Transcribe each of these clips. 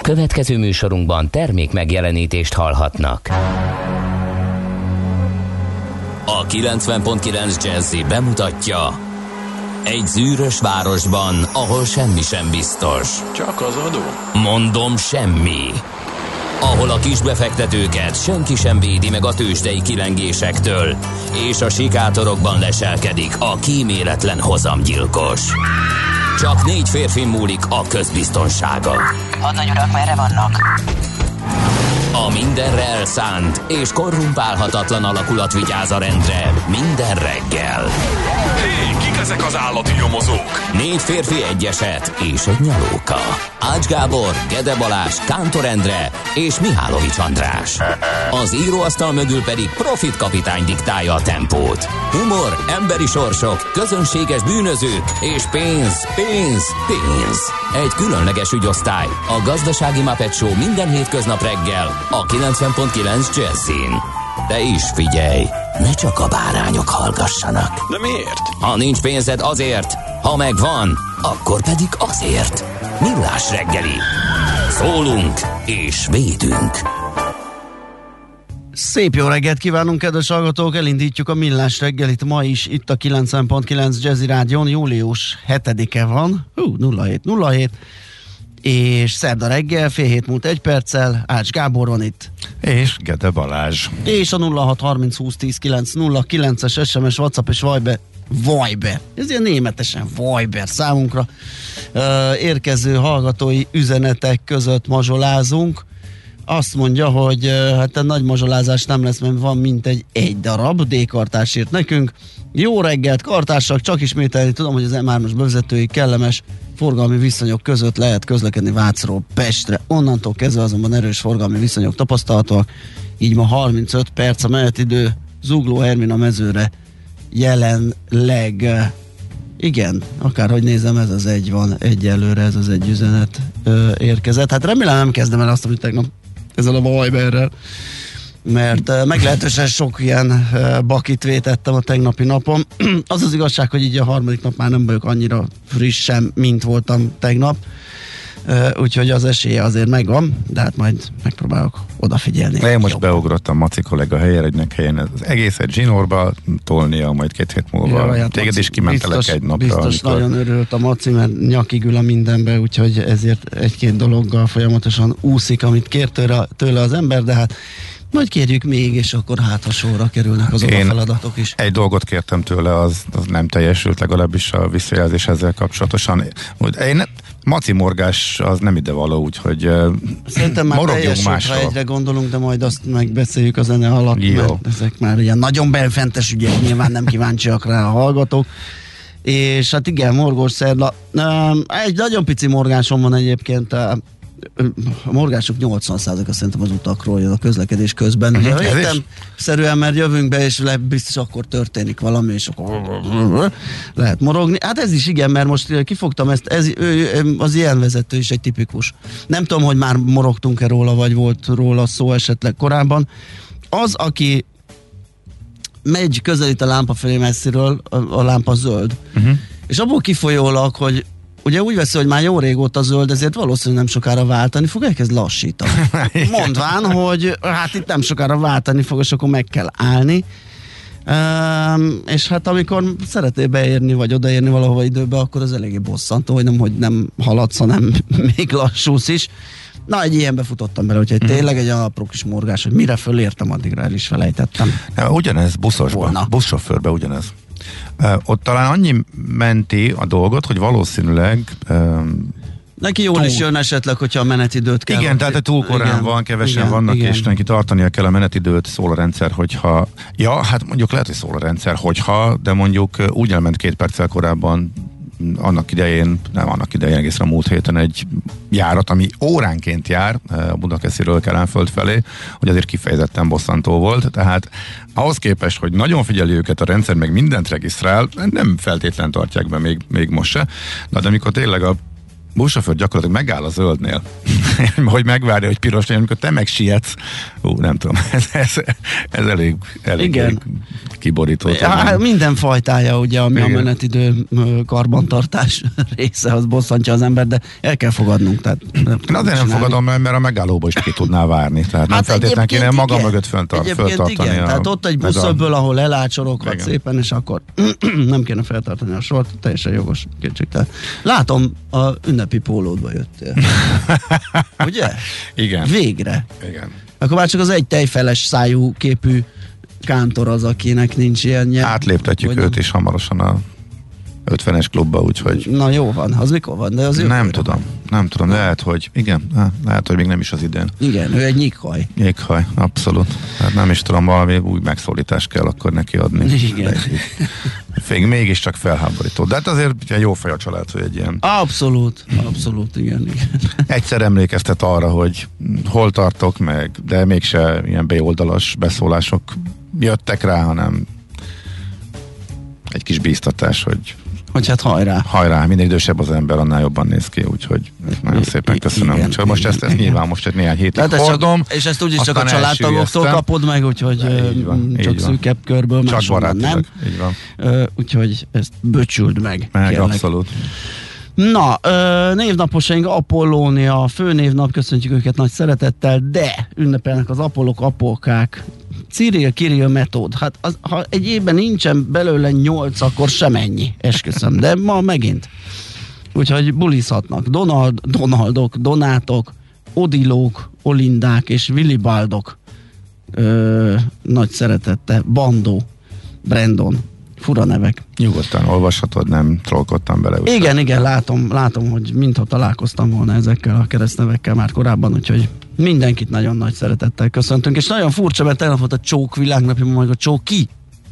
Következő műsorunkban termék megjelenítést hallhatnak. A 90.9 Jazzy bemutatja: egy zűrös városban, ahol semmi sem biztos. Csak az adó? Mondom, semmi. Ahol a kisbefektetőket senki sem védi meg a tőzsdei kilengésektől, és a sikátorokban leselkedik a kíméletlen hozamgyilkos. Csak 4 férfi múlik a közbiztonsága. Hadnagy urak, merre vannak? A mindenre elszánt és korrumpálhatatlan alakulat vigyáz a rendre minden reggel. Hé, kik ezek az állati nyomozók? 4 férfi, egy eset és egy nyalóka. Ács Gábor, Gede Balázs, Kántor Endre és Mihálovics András. Az íróasztal mögül pedig Profit kapitány diktálja a tempót. Humor, emberi sorsok, közönséges bűnözők és pénz, pénz, pénz. Egy különleges ügyosztály, a Gazdasági Muppet Show minden hétköznap reggel a 90.9 Jazzin. De is figyelj, ne csak a bárányok hallgassanak. De miért? Ha nincs pénzed, azért, ha megvan, akkor pedig azért. Millás reggeli. Szólunk és védünk. Szép jó reggelt kívánunk, kedves hallgatók! Elindítjuk a Millás reggelit ma is itt a 90.9 Jazzy Rádion. Július 7-e van, 0707, és szerda reggel, fél hét múlt 1 perccel, Ács Gábor van itt. És Gede Balázs. És a 0630 20 10 909-es SMS, WhatsApp és Viber. Ez ilyen németesen Viber számunkra. Érkező hallgatói üzenetek között mazsolázunk. Azt mondja, hogy hát a nagy mazsolázás nem lesz, mert van mintegy 1 darab. D-kartárs írt nekünk. Jó reggelt, kartársak, csak ismételni tudom, hogy az M3-as bevezetői kellemes forgalmi viszonyok között lehet közlekedni Vácról Pestre. Onnantól kezdve azonban erős forgalmi viszonyok tapasztalhatóak. Így ma 35 perc a menetidő Zugló Hermina mezőre jelenleg. Igen, akárhogy nézem, ez az egy van egyelőre, ez az egy üzenet érkezett. Hát remélem nem kezdem el azt, amit tegnap ezzel a Viberrel, mert meglehetősen sok ilyen bakit vétettem a tegnapi napon. Az az igazság, hogy így a harmadik nap már nem vagyok annyira frissen, mint voltam tegnap, úgyhogy az esélye azért megvan, de hát majd megpróbálok odafigyelni. Én most beugrottam Maci kollega helyére, hogy helyen az egészet zsinórba tolnia, majd 2 hét múlva. Hát téged Maci, is kimentelek egy napra. Biztos amikor... nagyon örült a Maci, mert nyakig ül a mindenbe, úgyhogy ezért 1-2 dologgal folyamatosan úszik, amit kér tőle az ember, de hát majd kérjük még, és akkor hát ha sorra kerülnek azok a feladatok is. Egy dolgot kértem tőle, az nem teljesült, legalábbis a visszajelzés ezzel kapcsolatosan. Maci morgás az nem idevaló, úgyhogy szerintem már teljesült, ha egyre gondolunk, de majd azt megbeszéljük a zene alatt, jó. Mert ezek már ilyen nagyon benfentes ügyek, nyilván nem kíváncsiak rá a hallgatók. És hát igen, morgós szerda. Egy nagyon pici morgásom van egyébként, a morgások 80%-a szerintem az utakról jön a közlekedés közben. Értem szerűen, mert jövünk be, és biztos akkor történik valami, és akkor lehet morogni. Hát ez is igen, mert most kifogtam ezt, az ilyen vezető is egy tipikus. Nem tudom, hogy már morogtunk-e róla, vagy volt róla szó esetleg korábban. Az, aki megy, közelít a lámpa felé messziről, a lámpa zöld, és abból kifolyólag, hogy ugye úgy veszi, hogy már jó régóta zöld, ezért valószínűleg nem sokára váltani fog, elkezd lassítani. Mondván, hogy hát itt nem sokára váltani fog, és akkor meg kell állni. És hát amikor szeretnél beérni, vagy odaérni valahova időbe, akkor az eléggé bosszantó, hogy nem haladsz, hanem még lassulsz is. Na, egy ilyenbe futottam bele, úgyhogy tényleg egy apró kis morgás, hogy mire fölértem, addigra el is felejtettem. Ja, ugyanez buszosban, buszsofőrben ugyanez. Ott talán annyi menti a dolgot, hogy valószínűleg neki jól is jön esetleg, hogyha a menetidőt kell. Igen, tehát túl korán van, kevesen vannak, és neki tartania kell a menetidőt, szól a rendszer, hogyha... Ja, hát mondjuk lehet, hogy szól a rendszer, hogyha, de mondjuk úgy elment 2 perccel korábban annak idején egészen a múlt héten egy járat, ami óránként jár a Budakesziről Kelenföld felé, hogy azért kifejezetten bosszantó volt, tehát ahhoz képest, hogy nagyon figyeli őket a rendszer, meg mindent regisztrál, nem feltétlen tartják be még most se, de amikor tényleg a buszsofőr gyakorlatilag megáll a zöldnél, hogy megvárja, hogy piros legyen, amikor te megsietsz. Nem tudom, ez elég kiborító. Minden fajtája, ugye, ami a menetidő karbantartás része, az bosszantja az ember, de el kell fogadnunk. Tehát azért nem fogadom, mert a megállóba is ki tudnál várni. Tehát nem feltétlenül kéne maga mögött föltartani. Igen, tehát ott egy buszöbből, ahol elácsoroghat szépen, és akkor nem kéne feltartani a sort, teljesen jogos kétségtelen. Látom, a ünnepi pólódba jöttél. Ugye? Igen. Végre. Igen. Akkor már csak az egy tejfeles szájú képű kántor az, akinek nincs ilyenje. Átléptetjük őt is hamarosan a 50-es klubba, úgyhogy... Na jó van, az mikor van? De az nem tudom, lehet, hogy lehet, hogy még nem is az idén. Igen, ő egy nyikhaj. Nyikhaj, abszolút. Hát nem is tudom, valami új megszólítást kell akkor neki adni. Igen. Mégiscsak felháborító. De hát azért egy jó fej a család, hogy egy ilyen... Abszolút, igen. Egyszer emlékeztet arra, hogy hol tartok meg, de mégse ilyen B-oldalas beszólások jöttek rá, hanem egy kis bíztatás, hogy hát hajrá, minél idősebb az ember, annál jobban néz ki, úgyhogy nagyon szépen köszönöm. Igen, csak most ezt nyilván most egy néhány hétig hordom. És ezt úgyis csak a családtagoktól kapod meg, úgyhogy csak szűkebb körből, csak barátilag, így van. Úgyhogy ezt böcsüld meg. Abszolút. Na, névnaposaink Apollónia, főnévnap, köszöntjük őket nagy szeretettel, de ünnepelnek az Apollók, apókák, Cyril, Kirill, Metód. Hát ha egy évben nincsen belőle 8, akkor semennyi, esküszöm, de ma megint. Úgyhogy bulizhatnak. Donaldok, Donátok, Odilók, Olindák és Willibaldok. Nagy szeretettel. Bandó, Brandon. Fura nevek. Nyugodtan olvashatod, nem trollkodtam bele. Igen, látom, hogy mintha találkoztam volna ezekkel a keresztnevekkel már korábban, úgyhogy mindenkit nagyon nagy szeretettel köszöntünk, és nagyon furcsa, mert tegnap volt a csók világnapja, majd a csóki.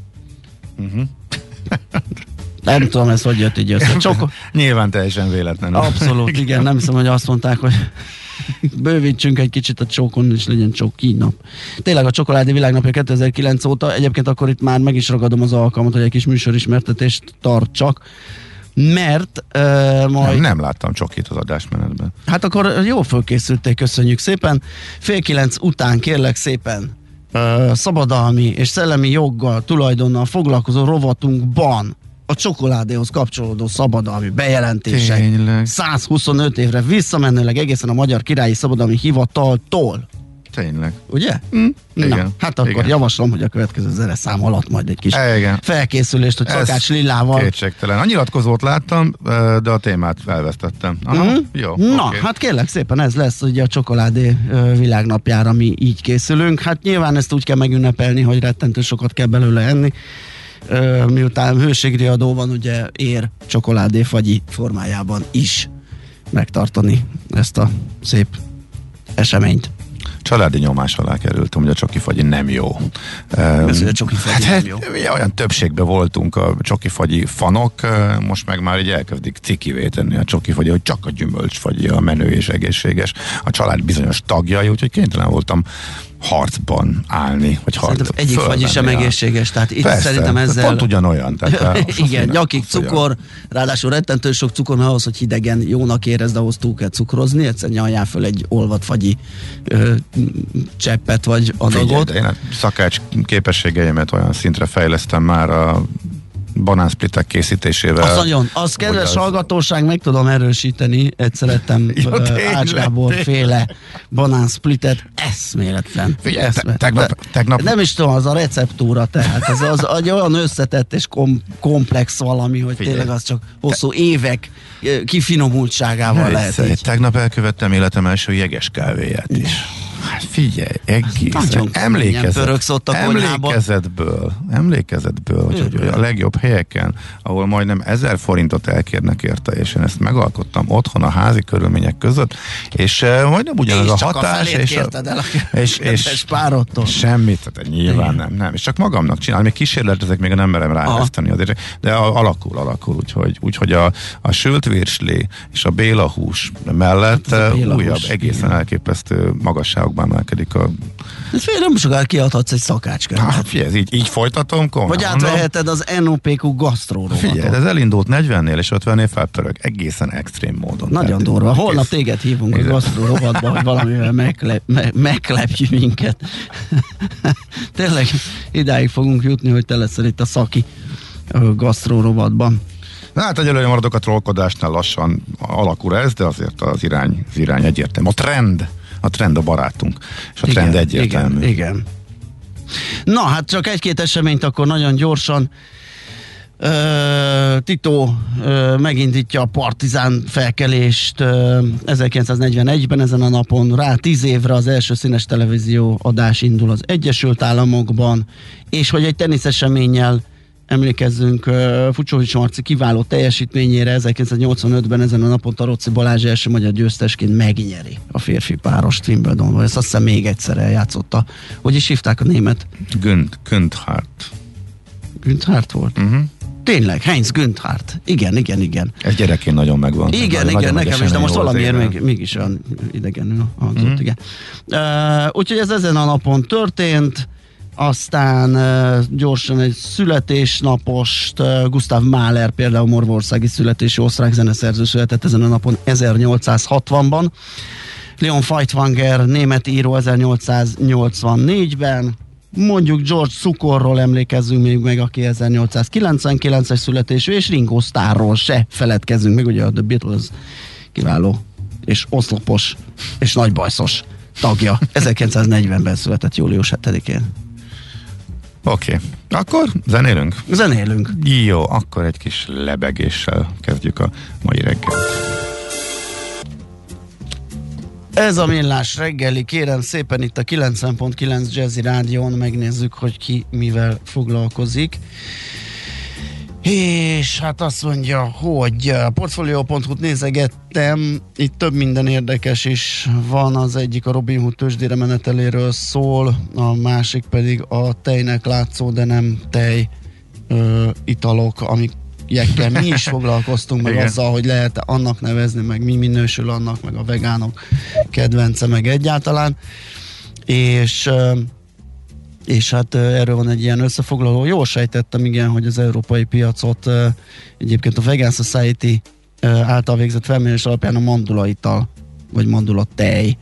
Nem tudom, ez hogy jött így össze. Nyilván teljesen véletlenül. Abszolút, igen, nem hiszem, hogy azt mondták, hogy bővítsünk egy kicsit a csókon, és legyen csóki nap. Tényleg a csokoládé világnapja 2009 óta, egyébként akkor itt már meg is ragadom az alkalmat, hogy egy kis műsorismertetést tartsak, mert majd... Nem láttam csokit az adásmenetben. Hát akkor jól fölkészülték, köszönjük szépen. 8:30 után kérlek szépen szabadalmi és szellemi joggal, tulajdonnal foglalkozó rovatunkban a csokoládéhoz kapcsolódó szabadalmi bejelentések. Tényleg. 125 évre visszamenőleg egészen a Magyar Királyi Szabadalmi Hivataltól. Tényleg. Ugye? Igen. Na, hát akkor javaslom, hogy a következő zeneszám alatt majd egy kis felkészülést, hogy Szakács Lillával. Kétségtelen. A nyilatkozót láttam, de a témát elvesztettem. Jó. Na, hát kérlek szépen, ez lesz ugye a csokoládé világnapjára, mi így készülünk. Hát nyilván ezt úgy kell megünnepelni, hogy rettentő sokat kell belőle enni. Miután hőségriadó van, ugye ér csokoládéfagyi formájában is megtartani ezt a szép eseményt. Családi nyomás alá kerültem, hogy a csokifagyi nem jó. A csokifagyi nem jó. Olyan többségben voltunk a csokifagyi fanok, most meg már így elkezdik cikivé tenni a csokifagyi, hogy csak a gyümölcsfagyi a menő és egészséges. A család bizonyos tagjai, úgyhogy kénytelen voltam harcban állni, vagy egyik fagyi sem egészséges, tehát itt persze, szerintem ezzel... Pont ugyanolyan. Tehát igen, nyakig cukor, ráadásul rettentő sok cukor, mert ahhoz, hogy hidegen jónak érezd, ahhoz túl kell cukrozni, egyszerűen nyaljál föl egy olvadfagyi cseppet, vagy adagot. Figyelj, én a szakács képességeimet olyan szintre fejlesztem már a banánszplitek készítésével. Az nagyon, az kedves hallgatóság, meg tudom erősíteni, egyszer ettem Ács Gábor féle banánszplitet, eszméletlen. Tegnap... Nem is tudom, az a receptúra, tehát az olyan összetett és komplex valami, hogy tényleg az csak hosszú évek kifinomultságával lehet így. Tegnap elkövettem életem első jeges kávéját is. Hát figyelj, egészen. Emlékezetből, hogy a legjobb helyeken, ahol majdnem 1000 forintot elkérnek érte, és én ezt megalkottam otthon a házi körülmények között, és majdnem ugyanaz a hatás, és párottól. Semmit, tehát nyilván nem. És csak magamnak csinálni, még kísérletezek, még nem merem ráeszteni azért, de alakul, úgyhogy a sült virsli és a béla hús mellett újabb, egészen elképesztő magasságokban homlokba emelkedik a... Ez fél nem sokára kiadhatsz egy szakácskönyvet. Hát figyelj, így folytatom, komolyan. Vagy átveheted az NOPQ gasztrorovatot. Figyelj, ez elindult 40-nél és 50-nél felpörög. Egészen extrém módon. Nagyon durva. Holnap téged hívunk a gasztrorovatba, hogy valamivel meglepjük minket. Tényleg idáig fogunk jutni, hogy te leszel itt a szaki gasztrorovatban. Hát egyelőre maradok a trollkodásnál, lassan alakul ez, de azért az irány egyértelmű. A trend a barátunk, és a trend egyértelmű. Igen. Na, hát csak egy-két eseményt akkor nagyon gyorsan. Tito megindítja a Partizán felkelést 1941-ben ezen a napon, rá 10 évre az első színes televízió adás indul az Egyesült Államokban, és hogy egy teniszeseménnyel emlékezzünk Fucsovics Marci kiváló teljesítményére, 1985-ben ezen a napon Tarocci Balázs első magyar győztesként megnyeri a férfi párost Wimbledonban. Ezt azt hiszem még egyszer eljátszotta. Hogy is hívták a német? Günthardt. Günthardt volt? Tényleg, Heinz Günthardt. Igen. Ez gyerekén nagyon megvan. Igen, nekem is, de most valamiért mégis olyan idegenül hangzott, igen. Úgyhogy ez ezen a napon történt. Aztán gyorsan egy születésnapost, Gustav Mahler például morvországi születésű osztrák zeneszerző született ezen a napon 1860-ban. Leon Feuchtwanger német író 1884-ben. Mondjuk George Cukorról emlékezzünk még meg, aki 1899-es születésű, és Ringo Starrról se feledkezzünk meg, ugye a The Beatles kiváló és oszlopos és nagybajszos tagja. 1940-ben született július 7-én. Oké. Akkor zenélünk? Zenélünk. Jó, akkor egy kis lebegéssel kezdjük a mai reggelt. Ez a Millás reggeli, kérem szépen itt a 90.9 Jazzy Rádión, megnézzük, hogy ki mivel foglalkozik. És hát azt mondja, hogy Portfolio.hu-t nézegettem, itt több minden érdekes is van, az egyik a Robinhood tőzsdére meneteléről szól, a másik pedig a tejnek látszó, de nem tej italok, amikkel mi is foglalkoztunk, meg azzal, hogy lehet annak nevezni, meg mi minősül annak, meg a vegánok kedvence, meg egyáltalán. És hát erről van egy ilyen összefoglaló. Jól sejtettem, igen, hogy az európai piacot egyébként a Vegan Society által végzett felmérés alapján a mandulaital, vagy mandulatej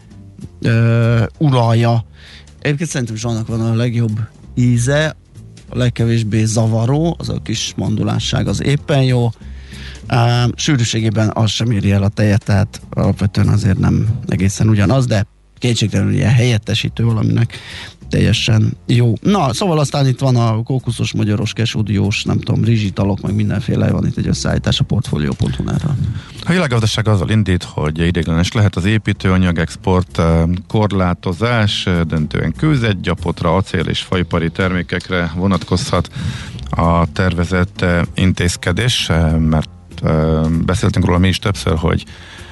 uralja. Egyébként szerintem is annak van a legjobb íze, a legkevésbé zavaró, az a kis mandulásság az éppen jó. Sűrűségében az sem éri el a tejet, tehát alapvetően azért nem egészen ugyanaz, de kétségtelenül ilyen helyettesítő valaminek teljesen jó. Na, szóval aztán itt van a kókuszos, magyaros, kesúdiós, nem tudom, rizsitalok, meg mindenféle, van itt egy összeállítás a Portfolio.hu-nál. A világgazdaság azzal indít, hogy ideiglenes lehet az építőanyag export korlátozás, döntően kőzetgyapotra, acél és faipari termékekre vonatkozhat a tervezett intézkedés, mert beszéltünk róla mi is többször, hogy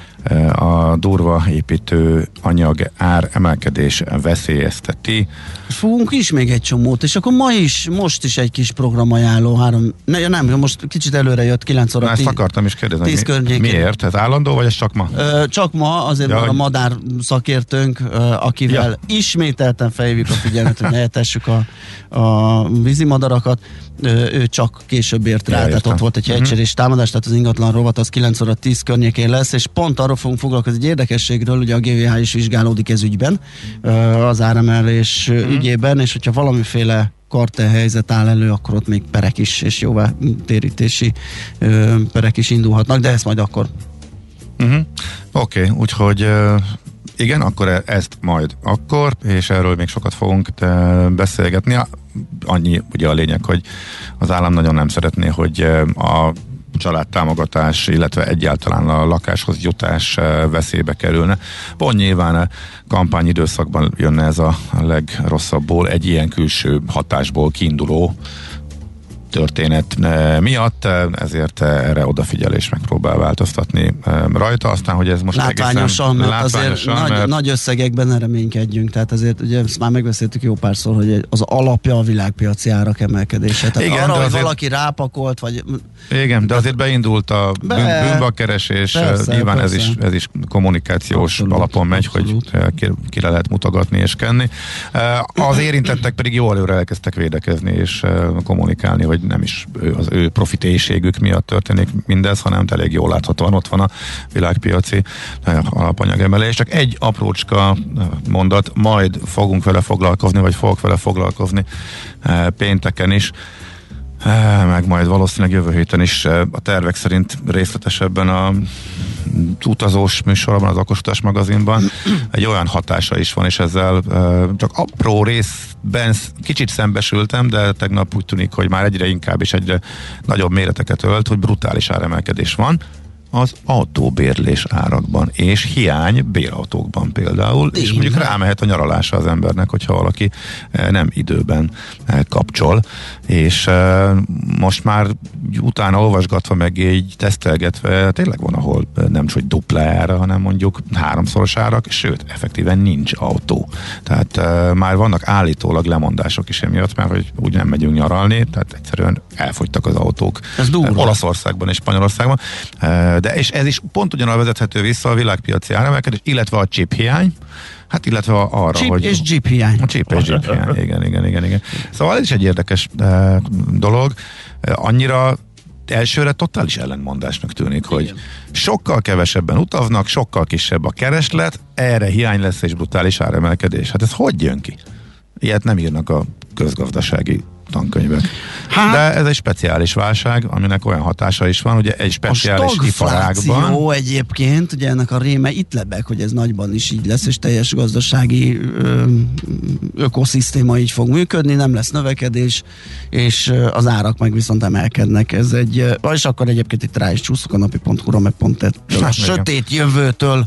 a durva építőanyag ár emelkedés veszélyezteti. Fogunk is még egy csomót, és akkor most is egy kis programajánló, most kicsit előre jött 9 óra. Ezt akartam is kérdezni, miért? Ez állandó, vagy ez csak ma? Csak ma, azért van a madár szakértőnk, akivel ismételten felhívjuk a figyelmet, hogy ne etessük a vízimadarakat. Ő csak később ért rá, tehát ott volt egy helycserés támadás, tehát az ingatlan rovat az 9 óra 10 környékén lesz, és pont arról fogunk foglalkozni egy érdekességről, ugye a GVH is vizsgálódik ez ügyben, az áremelés ügyében, és hogyha valamiféle kartelhelyzet áll elő, akkor ott még perek is, és jóvá térítési perek is indulhatnak, de ezt majd akkor. Oké, úgyhogy igen, akkor ezt majd akkor, és erről még sokat fogunk beszélgetni. Annyi ugye a lényeg, hogy az állam nagyon nem szeretné, hogy a családtámogatás, illetve egyáltalán a lakáshoz jutás veszélybe kerülne. Pont nyilván a kampányidőszakban jönne ez a legrosszabbból, egy ilyen külső hatásból kiinduló történet miatt, ezért erre odafigyel és megpróbál változtatni rajta. Aztán, hogy ez most látványosan, mert azért nagy összegekben ne reménykedjünk, tehát azért ugye ezt már megbeszéltük jó párszor, hogy az alapja a világpiaci árak emelkedése. Tehát igen, arra, hogy azért valaki rápakolt, vagy... Igen, de azért beindult a bűnbakkeresés, nyilván persze. Ez is kommunikációs alapon megy, hogy ki le lehet mutogatni és kenni. Az érintettek pedig jól előre elkezdtek védekezni és kommunikálni, hogy nem is az ő profitélységük miatt történik mindez, hanem elég jól láthatóan ott van a világpiaci alapanyagemelés. Csak egy aprócska mondat, majd fogunk vele foglalkozni, vagy fogok vele foglalkozni pénteken is, meg majd valószínűleg jövő héten is a tervek szerint részletesebben a utazós műsorban, az Okosutás magazinban egy olyan hatása is van, és ezzel csak apró részben kicsit szembesültem, de tegnap úgy tűnik, hogy már egyre inkább és egyre nagyobb méreteket ölt, hogy brutális áremelkedés van az autóbérlés árakban, és hiány bérautókban például, és mondjuk rámehet a nyaralása az embernek, hogyha valaki nem időben kapcsol, és most már utána olvasgatva meg így tesztelgetve, tényleg van, ahol nem csak duplára, hanem mondjuk 3-szoros árak, sőt, effektíven nincs autó. Tehát már vannak állítólag lemondások is emiatt, mert hogy úgy nem megyünk nyaralni, tehát egyszerűen elfogytak az autók. Ez durva. Olaszországban és Spanyolországban. De és ez is pont ugyanarra vezethető vissza a világpiaci áremelkedés, illetve a chip hiány, hát illetve arra, chip hogy... és jeep hiány. A chip és jeep hiány, igen. Szóval ez is egy érdekes dolog. Annyira elsőre totális ellentmondásnak tűnik, hogy sokkal kevesebben utaznak, sokkal kisebb a kereslet, erre hiány lesz és brutális áremelkedés. Hát ez hogy jön ki? Ilyet nem írnak a közgazdasági tankönyvek. Hát, de ez egy speciális válság, aminek olyan hatása is van, ugye egy speciális iparágban. Jó, egyébként, ugye ennek a réme itt lebeg, hogy ez nagyban is így lesz, és teljes gazdasági ökoszisztéma így fog működni, nem lesz növekedés, és az árak meg viszont emelkednek. Ez egy, és akkor egyébként itt rá is csúszok a napi.hu-ra, meg pont a sötét jövőtől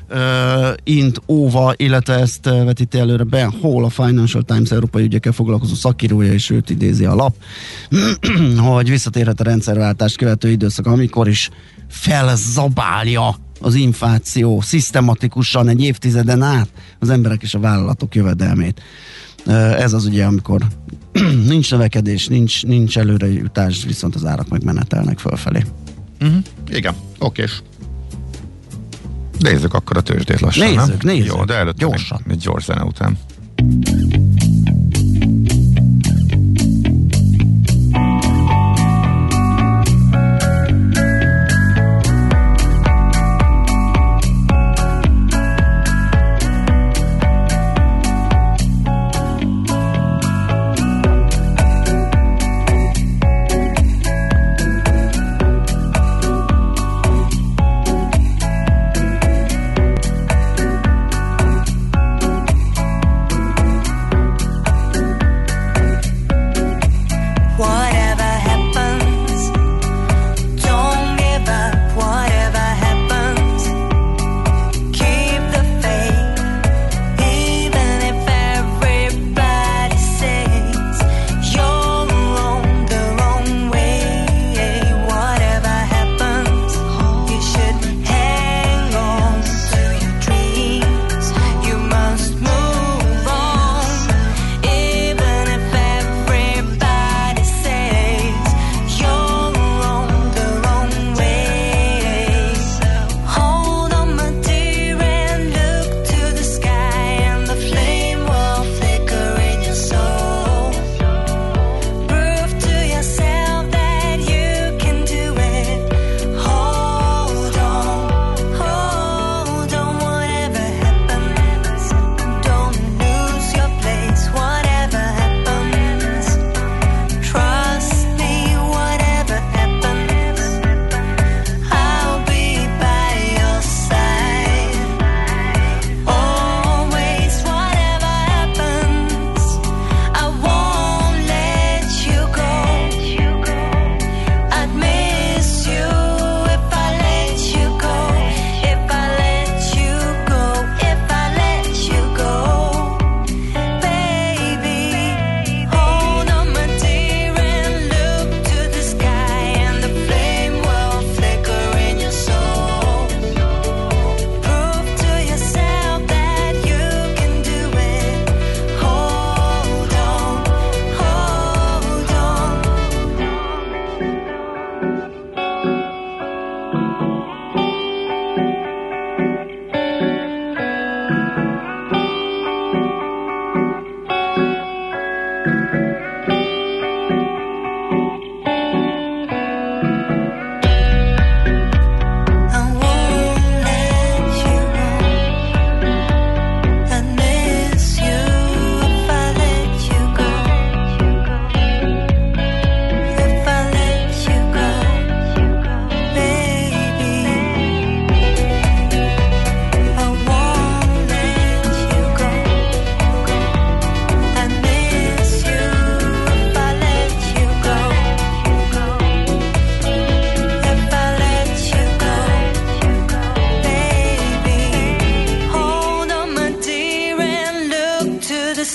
int óva, illetve ezt vetíti előre Ben Hall, a Financial Times európai ügyekkel foglalkozó szakírója, és őt idézi a lap, hogy visszatérhet a rendszerváltást követő időszak, amikor is felzabálja az infláció szisztematikusan egy évtizeden át az emberek és a vállalatok jövedelmét. Ez az ugye, amikor nincs növekedés, nincs előrejutás, viszont az árak megmenetelnek fölfelé. Igen, okés. Nézzük akkor a tőzsdét lassan, Nézzük. Jó, de előtte gyorsan. Egy gyors zene után.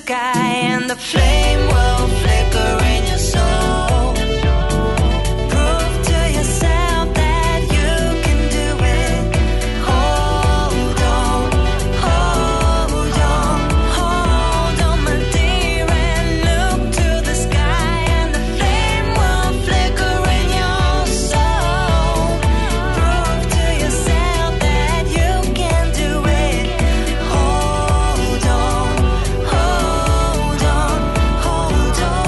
sky and the flame will flicker in your soul. Prove to yourself that you can do it. Hold on, hold on, hold on, my dear, and look to the sky and the flame will flicker in your soul. Prove to yourself that you can do it. Hold on, hold on, hold on.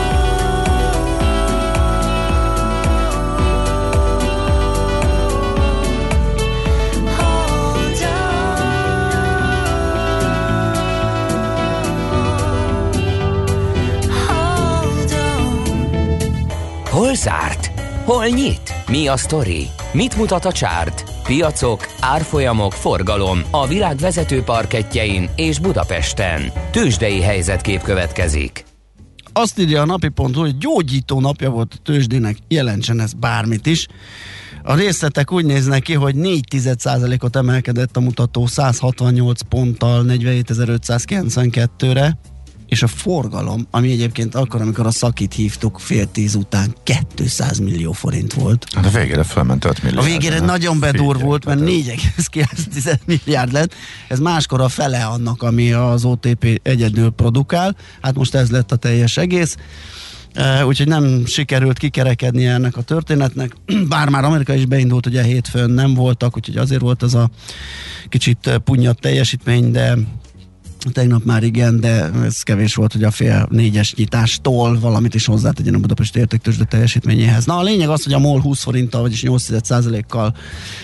Hold on. Hol zárt? Hol nyit? Mi a sztori? Mit mutat a csárt? Piacok, árfolyamok, forgalom a világ vezető parkettjein és Budapesten. Tőzsdei helyzetkép következik. Azt írja a napi.hu, hogy gyógyító napja volt a tőzsdének, jelentsen ez bármit is. A részletek úgy néznek ki, hogy 0,4%-ot emelkedett a mutató 168 ponttal 47.592-re, és a forgalom, ami egyébként akkor, amikor a szakit hívtuk 9:30 után 200 millió forint volt. Hát a végére felment 5 milliárd. A végére nagyon bedurvult, mert 4,9 milliárd lett. Ez máskor a fele annak, ami az OTP egyedül produkál. Hát most ez lett a teljes egész. Úgyhogy nem sikerült kikerekedni ennek a történetnek. Bár már Amerika is beindult, ugye hétfőn nem voltak, úgyhogy azért volt az a kicsit punnyabb teljesítmény, de tegnap már igen, de ez kevés volt, hogy a 3:30 nyitástól valamit is hozzátegyen a Budapesti Értéktőzsde teljesítményéhez. Na, a lényeg az, hogy a MOL 20 forinttal, vagyis 8%-kal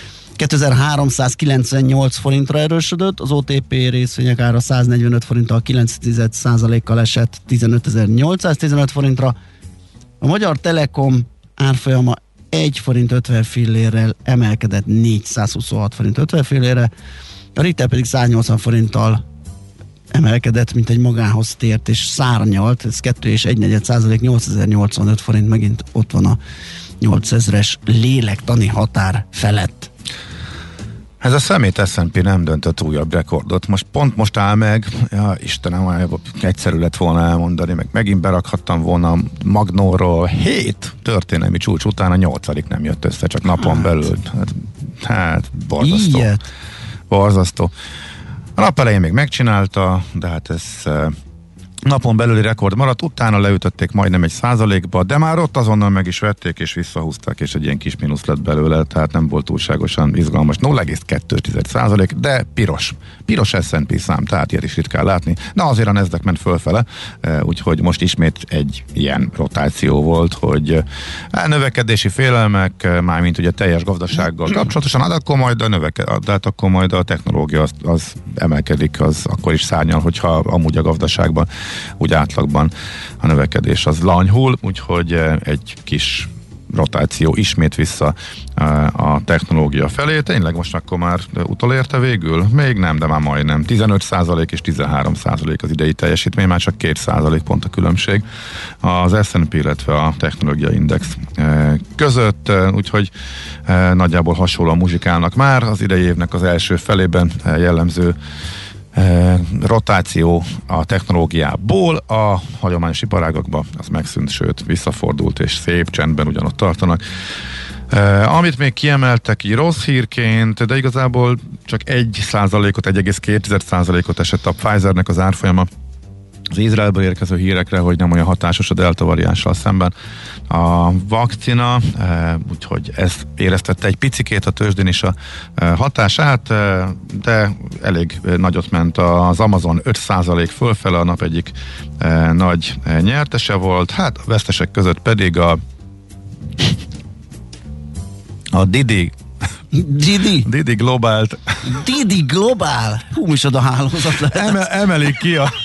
2398 forintra erősödött, az OTP részvények ára 145 forinttal 9%-kal esett 15.815 forintra, a Magyar Telekom árfolyama 1 forint 50 fillérrel emelkedett 426 forint 50 fillérre, a Ritter pedig 180 forinttal emelkedett, mint egy magához tért, és szárnyalt, ez 2,1%, 8085 forint, megint ott van a 8000-es lélektani határ felett. Ez a szemét S&P nem döntött újabb rekordot. Most áll meg, ja Istenem, egyszerű lett volna elmondani, meg megint berakhattam volna Magnóról 7 történelmi csúcs után, a 8. nem jött össze, csak napon belül. Hát borzasztó. Ilyet. Borzasztó. A nap elején még megcsinálta, de hát ez napon belüli rekord maradt, utána leütötték majdnem 1%-ba, de már ott azonnal meg is vették, és visszahúzták, és egy ilyen kis mínusz lett belőle, tehát nem volt túlságosan izgalmas. 0,2%, de piros S&P szám, tehát ilyet is ritkán látni. Na azért a Nasdaq ment fölfele, úgyhogy most ismét egy ilyen rotáció volt, hogy növekedési félelmek, mármint ugye teljes gazdasággal kapcsolatosan, hát akkor majd a technológia az emelkedik, az akkor is szárnyal, hogyha amúgy a gazdaságban úgy átlagban a növekedés az lanyhul, úgyhogy egy kis rotáció ismét vissza a technológia felé. Tényleg most akkor már utolérte végül? Még nem, de már majdnem. 15% és 13% az idei teljesítmény, már csak 2% pont a különbség az S&P, illetve a technológia index között, úgyhogy nagyjából hasonlóan muzsikálnak már. Az idei évnek az első felében jellemző rotáció a technológiából a hagyományos iparágakba, az megszűnt, sőt visszafordult, és szép csendben ugyanott tartanak. Amit még kiemeltek így rossz hírként, de igazából csak 1%-ot, 1,2%-ot esett a Pfizernek az árfolyama az Izraelből érkező hírekre, hogy nem olyan hatásos a delta variánssal szemben a vakcina, úgyhogy ez éreztette egy picikét a tőzsdén is a hatását, de elég nagyot ment az Amazon, 5% fölfele, a nap egyik nagy nyertese volt, hát a vesztesek között pedig a Didi Globált. Didi Globál? Hú, micsoda hálózat lehet. Emelik ki a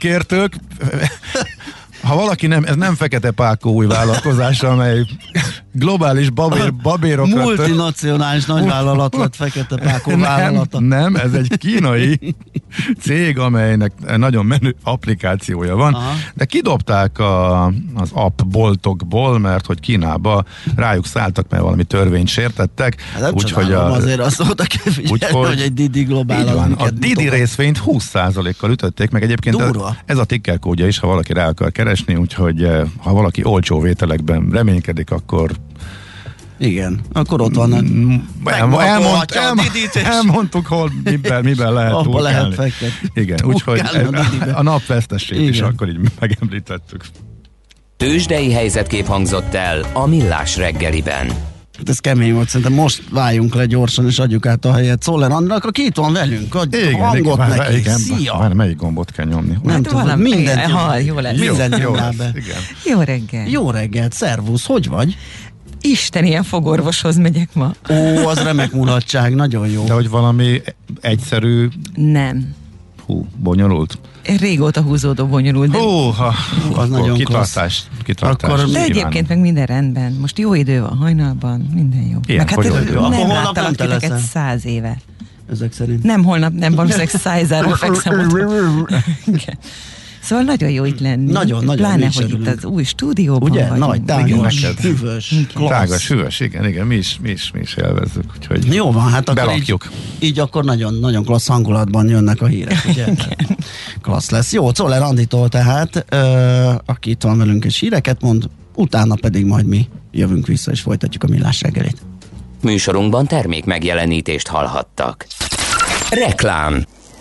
szakértők. Ha valaki nem, ez nem Fekete Pákó új vállalkozása, amely globális babérokra. Multinacionális nagyvállalat lett Fekete Pákó vállalata. Nem, ez egy kínai cég, amelynek nagyon menő applikációja van, Aha. de kidobták az app boltokból, mert hogy Kínába rájuk szálltak, mert valami törvényt sértettek. Hát nem úgyhogy csodálom, azért azt voltak figyelni, hogy egy Didi globál az van, a minket Didi mutogat. részvényt 20%-kal ütötték, meg egyébként Durva. ez a ticker kódja is, ha valaki rá akar keresni, úgyhogy ha valaki olcsó vételekben reménykedik, akkor akkor ott van. Elmondtuk, hol, miben lehet abba turkálni. lehet fektetni. Igen, úgyhogy Turkálni a Didibe. a nap vesztesét is Igen. akkor így megemlítettük. Tőzsdei helyzetkép hangzott el a Millás reggeliben. Hát ez kemény volt, szerintem most váljunk le gyorsan, és adjuk át a helyet Czoller Andrának, aki itt van velünk, adj hangot neki. Szia! Már melyik gombot kell nyomni? Nem tudom, mindent jó lesz. mindent nyomnál be. Igen. Jó reggel. Jó reggelt, szervusz, hogy vagy? Isten, ilyen fogorvoshoz megyek ma. Ó, az remek mulatság, nagyon jó. De hogy valami egyszerű, Nem. bonyolult. Régóta húzódó bonyolult. De, az nagyon kitartás. Akkor- de kívánok. egyébként meg minden rendben. Most jó idő van hajnalban, minden jó. Ilyenkor jó idő. Akkor nem holnap láttalak nem te titeket leszel. 100 éve. Ezek szerint. Nem holnap, nem, valószínűleg 100-ra fekszem otthon. Igen. Szóval nagyon jó itt lenni. Nagyon, nagyon, mi Pláne, is hogy itt örülünk. az új stúdióban Ugye? vagyunk. Nagy, Igen, tágos, neked. hűvös, Tágas, hűvös, igen, mi is élvezzük. Úgyhogy Jó van, hát akkor belakjuk. így akkor nagyon, nagyon klassz hangulatban jönnek a hírek, ugye? Klassz lesz. Jó, Czoller Anditól tehát, aki itt van velünk és híreket mond, utána pedig majd mi jövünk vissza és folytatjuk a Millás reggelit. Műsorunkban termék megjelenítést hallhattak. Reklám.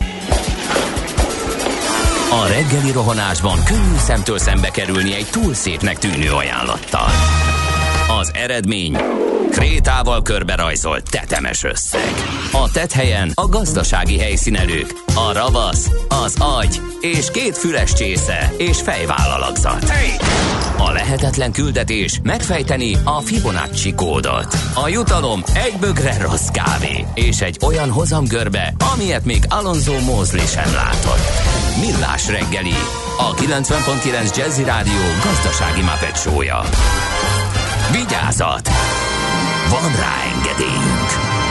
A reggeli rohanásban könnyű szemtől szembe kerülni egy túl szépnek tűnő ajánlattal. Az eredmény krétával körberajzolt tetemes összeg. A tetthelyen a gazdasági helyszínelők, a ravasz, az agy és 2 füles csésze és fejvállalakzat. A lehetetlen küldetés megfejteni a Fibonacci kódot. A jutalom egy bögre rossz kávé és egy olyan hozamgörbe, amilyet még Alonso Mosley sem látott. Millás reggeli, a 90.9 Jazzy Rádió gazdasági Muppet show-ja. Vigyázat! Van rá engedélyünk!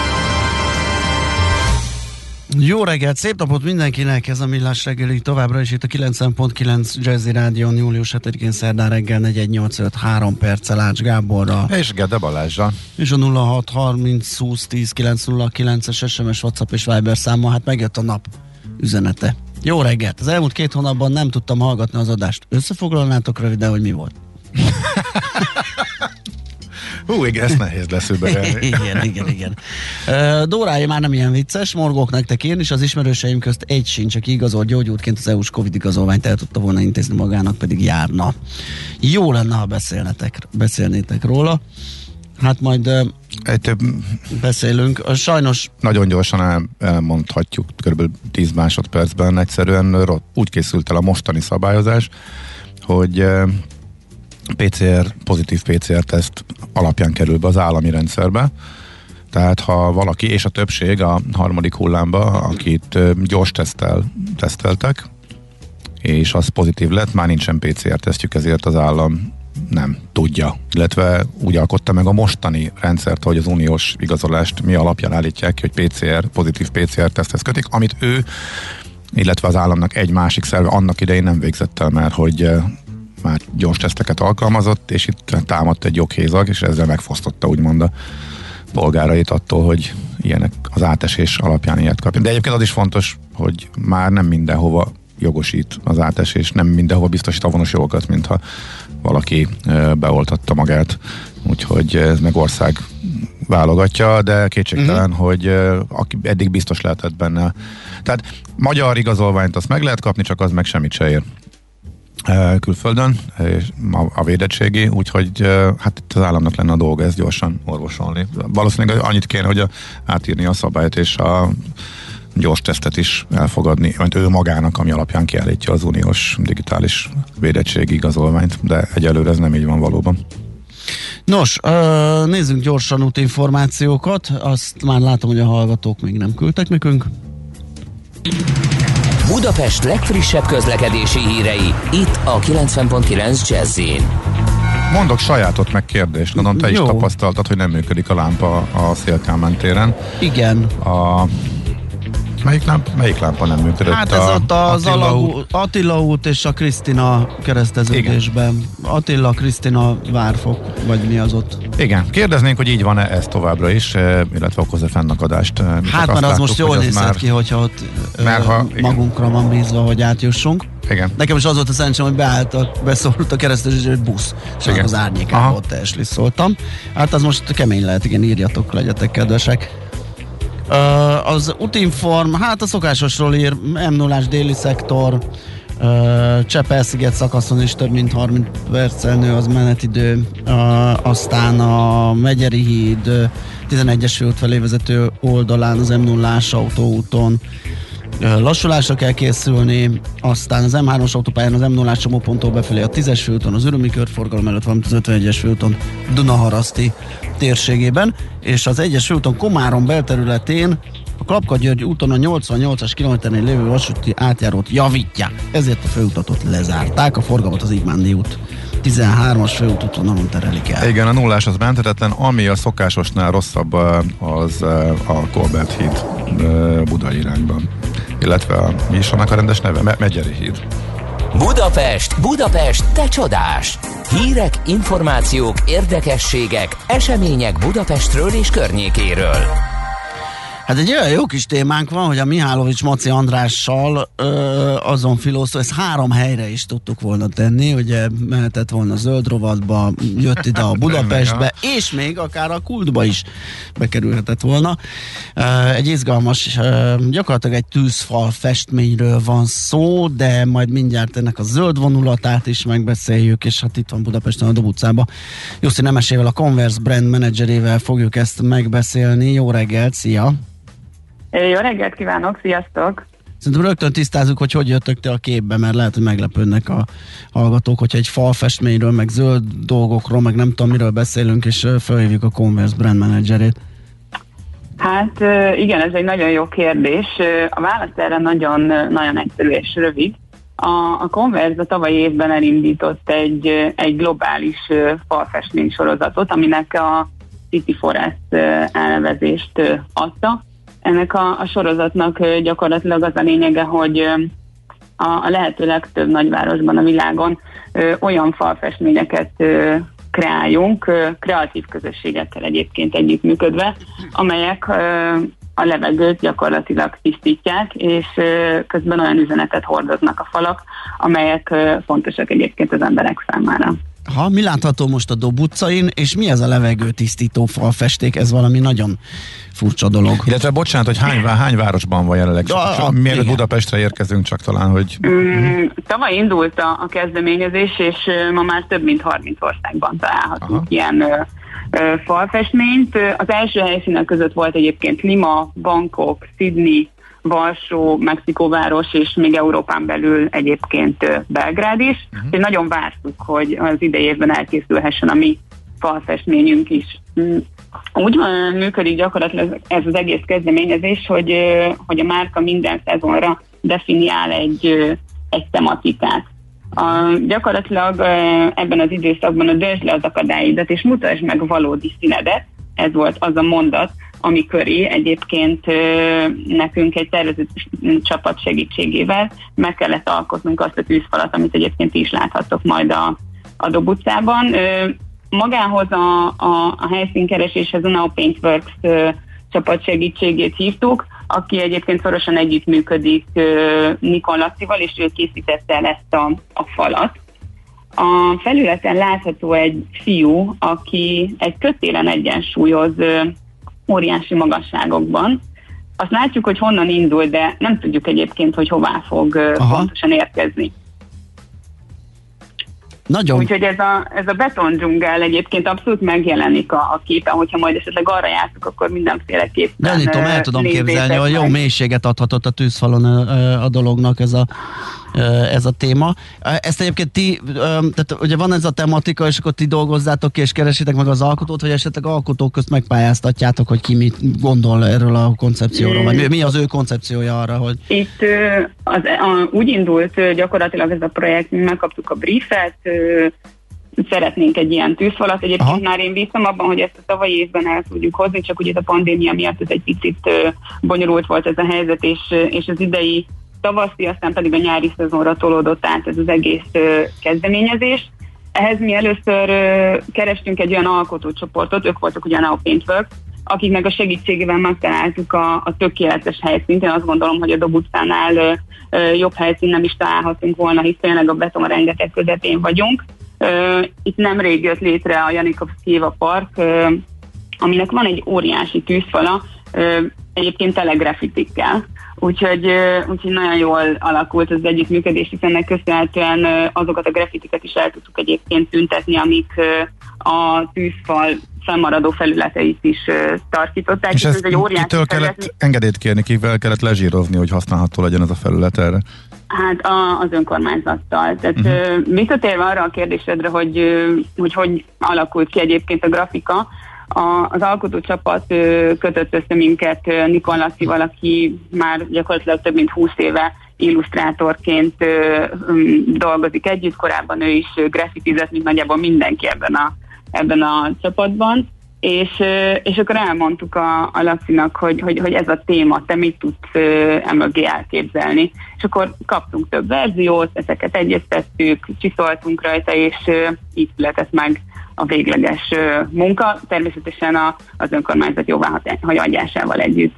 Jó reggelt, szép napot mindenkinek, ez a Millás reggeli továbbra is itt a 90.9 Jazzy Rádión július 7-én szerdán reggel 4:83 perccel Ács Gáborral. És Gede Balázsra. És a 0630 20 10 909-es SMS, WhatsApp és Viber számmal, hát megjött a nap üzenete. Jó reggelt! Az elmúlt 2 hónapban nem tudtam hallgatni az adást. Összefoglalnátok röviden, hogy mi volt? Igen, ez nehéz lesz überelni. igen. Dórája már nem ilyen vicces, morgok nektek én is, az ismerőseim közt egy sincs, aki igazolt gyógyúrként az EU-s Covid igazolványt el tudta volna intézni, magának pedig járna. Jó lenne, ha beszélnétek róla. Hát majd beszélünk. Sajnos Nagyon gyorsan elmondhatjuk, kb. 10 másodpercben egyszerűen úgy készült el a mostani szabályozás, hogy pozitív PCR-teszt alapján kerül be az állami rendszerbe. Tehát ha valaki, és a többség a harmadik hullámba, akit gyors teszteltek, és az pozitív lett, már nincsen PCR-tesztjük, ezért az állam nem tudja. Illetve úgy alkotta meg a mostani rendszert, hogy az uniós igazolást mi alapján állítják ki, hogy pozitív PCR-teszthez kötik, amit ő, illetve az államnak egy másik szerve annak idején nem végzett el, mert hogy már gyors teszteket alkalmazott, és itt támadt egy joghézag, és ezzel megfosztotta úgymond a polgárait attól, hogy ilyenek az átesés alapján ilyet kapja. De egyébként az is fontos, hogy már nem mindenhova jogosít az átesés, nem mindenhova biztosít avonos jogokat, mintha valaki beoltatta magát. Úgyhogy ez meg ország válogatja, de kétségtelen, hogy aki eddig biztos lehetett benne. Tehát magyar igazolványt azt meg lehet kapni, csak az meg semmit se ér külföldön, és a védettségi, úgyhogy hát itt az államnak lenne a dolga ezt gyorsan orvosolni. Valószínűleg annyit kéne, hogy átírni a szabályt és a gyors tesztet is elfogadni, mert ő magának, ami alapján kiállítja az uniós digitális védettségi igazolványt, de egyelőre ez nem így van valóban. Nos, nézzünk gyorsan útinformációkat, azt már látom, hogy a hallgatók még nem küldtek nekünk. Budapest legfrissebb közlekedési hírei, itt a 90.9 Jazz-in. Mondok sajátot meg kérdést. Gondolom, te is Jó. tapasztaltad, hogy nem működik a lámpa a Szél-Kálmán téren. Igen. Melyik lámpa nem működött? Hát ez ott az Attila út és a Krisztina kereszteződésben. Attila, Krisztina, Várfok, vagy mi az ott? Igen. Kérdeznénk, hogy így van-e ez továbbra is, illetve okoz-e fennakadást? Hát mert az most jól nézhet ki, hogyha ott magunkra van bízva, hogy átjussunk. Igen. Nekem is az volt a szerencsém, hogy beszólt a kereszteződés busz, és az árnyékában ott elslisszoltam. Hát az most kemény lehet, igen, írjatok, legyetek kedvesek. Az útinform, hát a szokásosról ír, M0-ás déli szektor, Csepel-sziget szakaszon is több mint 30 perccel nő az menetidő, aztán a Megyeri híd 11-es főút felé vezető oldalán az M0-ás autóúton lassulásra kell készülni, aztán az M3-as autópályán az M0-ás csomóponttól befelé a 10-es főúton, az Ürömi körforgalom előtt, valamint az 51-es főúton Dunaharaszti térségében, és az 1-es főúton Komárom belterületén a Klapka-György úton a 88-as kilométernél lévő vasúti átjárót javítják. Ezért a főutatot lezárták, a forgalmat az Igmándi út 13-as főútvonalon terelik el. Igen, a nullás az menthetetlen, ami a szokásosnál rosszabb, az a Kolbert híd Budai irányban. Illetve mi is annak a rendes neve? Megyeri híd. Budapest, Budapest, te csodás! Hírek, információk, érdekességek, események Budapestről és környékéről. Hát egy olyan jó kis témánk van, hogy a Mihálovics Maci Andrással azon filózó, ezt 3 helyre is tudtuk volna tenni, ugye mehetett volna Zöld rovatba, jött ide a Budapestbe, és még akár a Kultba is bekerülhetett volna. Egy izgalmas, gyakorlatilag egy tűzfal festményről van szó, de majd mindjárt ennek a zöld vonulatát is megbeszéljük, és hát itt van Budapesten a Dob utcában. Jussi Nemesével, a Converse brand menedzserével fogjuk ezt megbeszélni. Jó reggelt, szia! Jó reggelt kívánok, sziasztok! Szerintem rögtön tisztázzuk, hogy jöttök te a képbe, mert lehet, hogy meglepődnek a hallgatók, hogyha egy falfestményről, meg zöld dolgokról, meg nem tudom miről beszélünk, és felhívjuk a Converse brand managerét. Hát igen, ez egy nagyon jó kérdés. A válasz erre nagyon egyszerű és rövid. A Converse a tavalyi évben elindított egy globális falfestmény sorozatot, aminek a City Forest elnevezést adta. Ennek a sorozatnak gyakorlatilag az a lényege, hogy a lehető legtöbb nagyvárosban a világon olyan falfestményeket kreáljunk, kreatív közösségekkel egyébként együttműködve, amelyek a levegőt gyakorlatilag tisztítják, és közben olyan üzenetet hordoznak a falak, amelyek fontosak egyébként az emberek számára. Mi látható most a Dob utcain, és mi ez a levegőtisztító falfesték? Ez valami nagyon furcsa dolog. Illetve bocsánat, hogy hány városban van jelenleg? Mielőtt Budapestre érkezünk, csak talán, hogy... Tavaly indult a kezdeményezés, és ma már több mint 30 országban találhatunk ilyen falfestményt. Az első helyszínek között volt egyébként Lima, Bangkok, Sydney, Varsó, Mexikóváros, és még Európán belül egyébként Belgrád is. És nagyon vártuk, hogy az idei évben elkészülhessen a mi falfestményünk is. Úgy működik gyakorlatilag ez az egész kezdeményezés, hogy a márka minden szezonra definiál egy tematikát. Gyakorlatilag ebben az időszakban a döntsd le az akadályidat, és mutasd meg valódi színedet. Ez volt az a mondat, ami köré egyébként nekünk egy tervező csapat segítségével meg kellett alkotnunk azt a tűzfalat, amit egyébként is láthattok majd a Dob utcában. Magához a helyszínkereséshez a Now Paintworks csapat segítségét hívtuk, aki egyébként szorosan együttműködik Nikon Lacival, és ő készítette el ezt a falat. A felületen látható egy fiú, aki egy kötélen egyensúlyoz óriási magasságokban. Azt látjuk, hogy honnan indul, de nem tudjuk egyébként, hogy hová fog pontosan érkezni. Nagyon. Úgyhogy ez a betondzsungel egyébként abszolút megjelenik a képen, hogyha majd esetleg arra jártuk, akkor mindenféleképpen Gyanítom, el tudom képzelni, hogy jó mélységet adhatott a tűzfalon a dolognak ez a téma. Ezt egyébként ti, tehát ugye van ez a tematika, és akkor ti dolgozzátok ki, és keresitek meg az alkotót, vagy esetleg alkotók közt megpályáztatjátok, hogy ki mit gondol erről a koncepcióról, vagy mi az ő koncepciója arra, hogy... Itt úgy indult gyakorlatilag ez a projekt, mi megkaptuk a briefet, szeretnénk egy ilyen tűzfalat. Egyébként már én bíztam abban, hogy ezt a tavalyi évben el tudjuk hozni, csak ugye a pandémia miatt ez egy picit bonyolult volt ez a helyzet, és az idei tavaszi, aztán pedig a nyári szezonra tolódott át ez az egész kezdeményezés. Ehhez mi először kerestünk egy olyan alkotócsoportot, ők voltak ugye a Now Paintworks, akiknek a segítségével megtaláltuk a tökéletes helyszínt. Én azt gondolom, hogy a Dob utcánál jobb helyszín nem is találhatunk volna, hisz tényleg a beton rengeteg közepén vagyunk. Itt nemrég jött létre a Janikovszkijeva Park, aminek van egy óriási tűzfala, egyébként tele graffitikkel. Úgyhogy nagyon jól alakult az együttműködés, hiszen ennek köszönhetően azokat a graffitiket is el tudtuk egyébként tüntetni, amik a tűzfal fennmaradó felületeit is tarkították. És ez egy óriási kitől kellett engedélyt kérni, kivel kellett lezsírozni, hogy használható legyen ez a felület erre? Hát az önkormányzattal. Tehát visszatérve arra a kérdésedre, hogy alakult ki egyébként a grafika, az alkotócsapat kötött össze minket Nikon Lasszival, aki már gyakorlatilag több mint 20 éve illusztrátorként dolgozik együtt, korábban ő is graffitizett, mint nagyjából mindenki ebben a csapatban, és akkor elmondtuk a Lasszinak, hogy ez a téma, te mit tudsz emögé elképzelni. És akkor kaptunk több verziót, ezeket egyeztettük, csiszoltunk rajta, és így született meg a végleges munka, természetesen az önkormányzat jóváhagyásával együtt.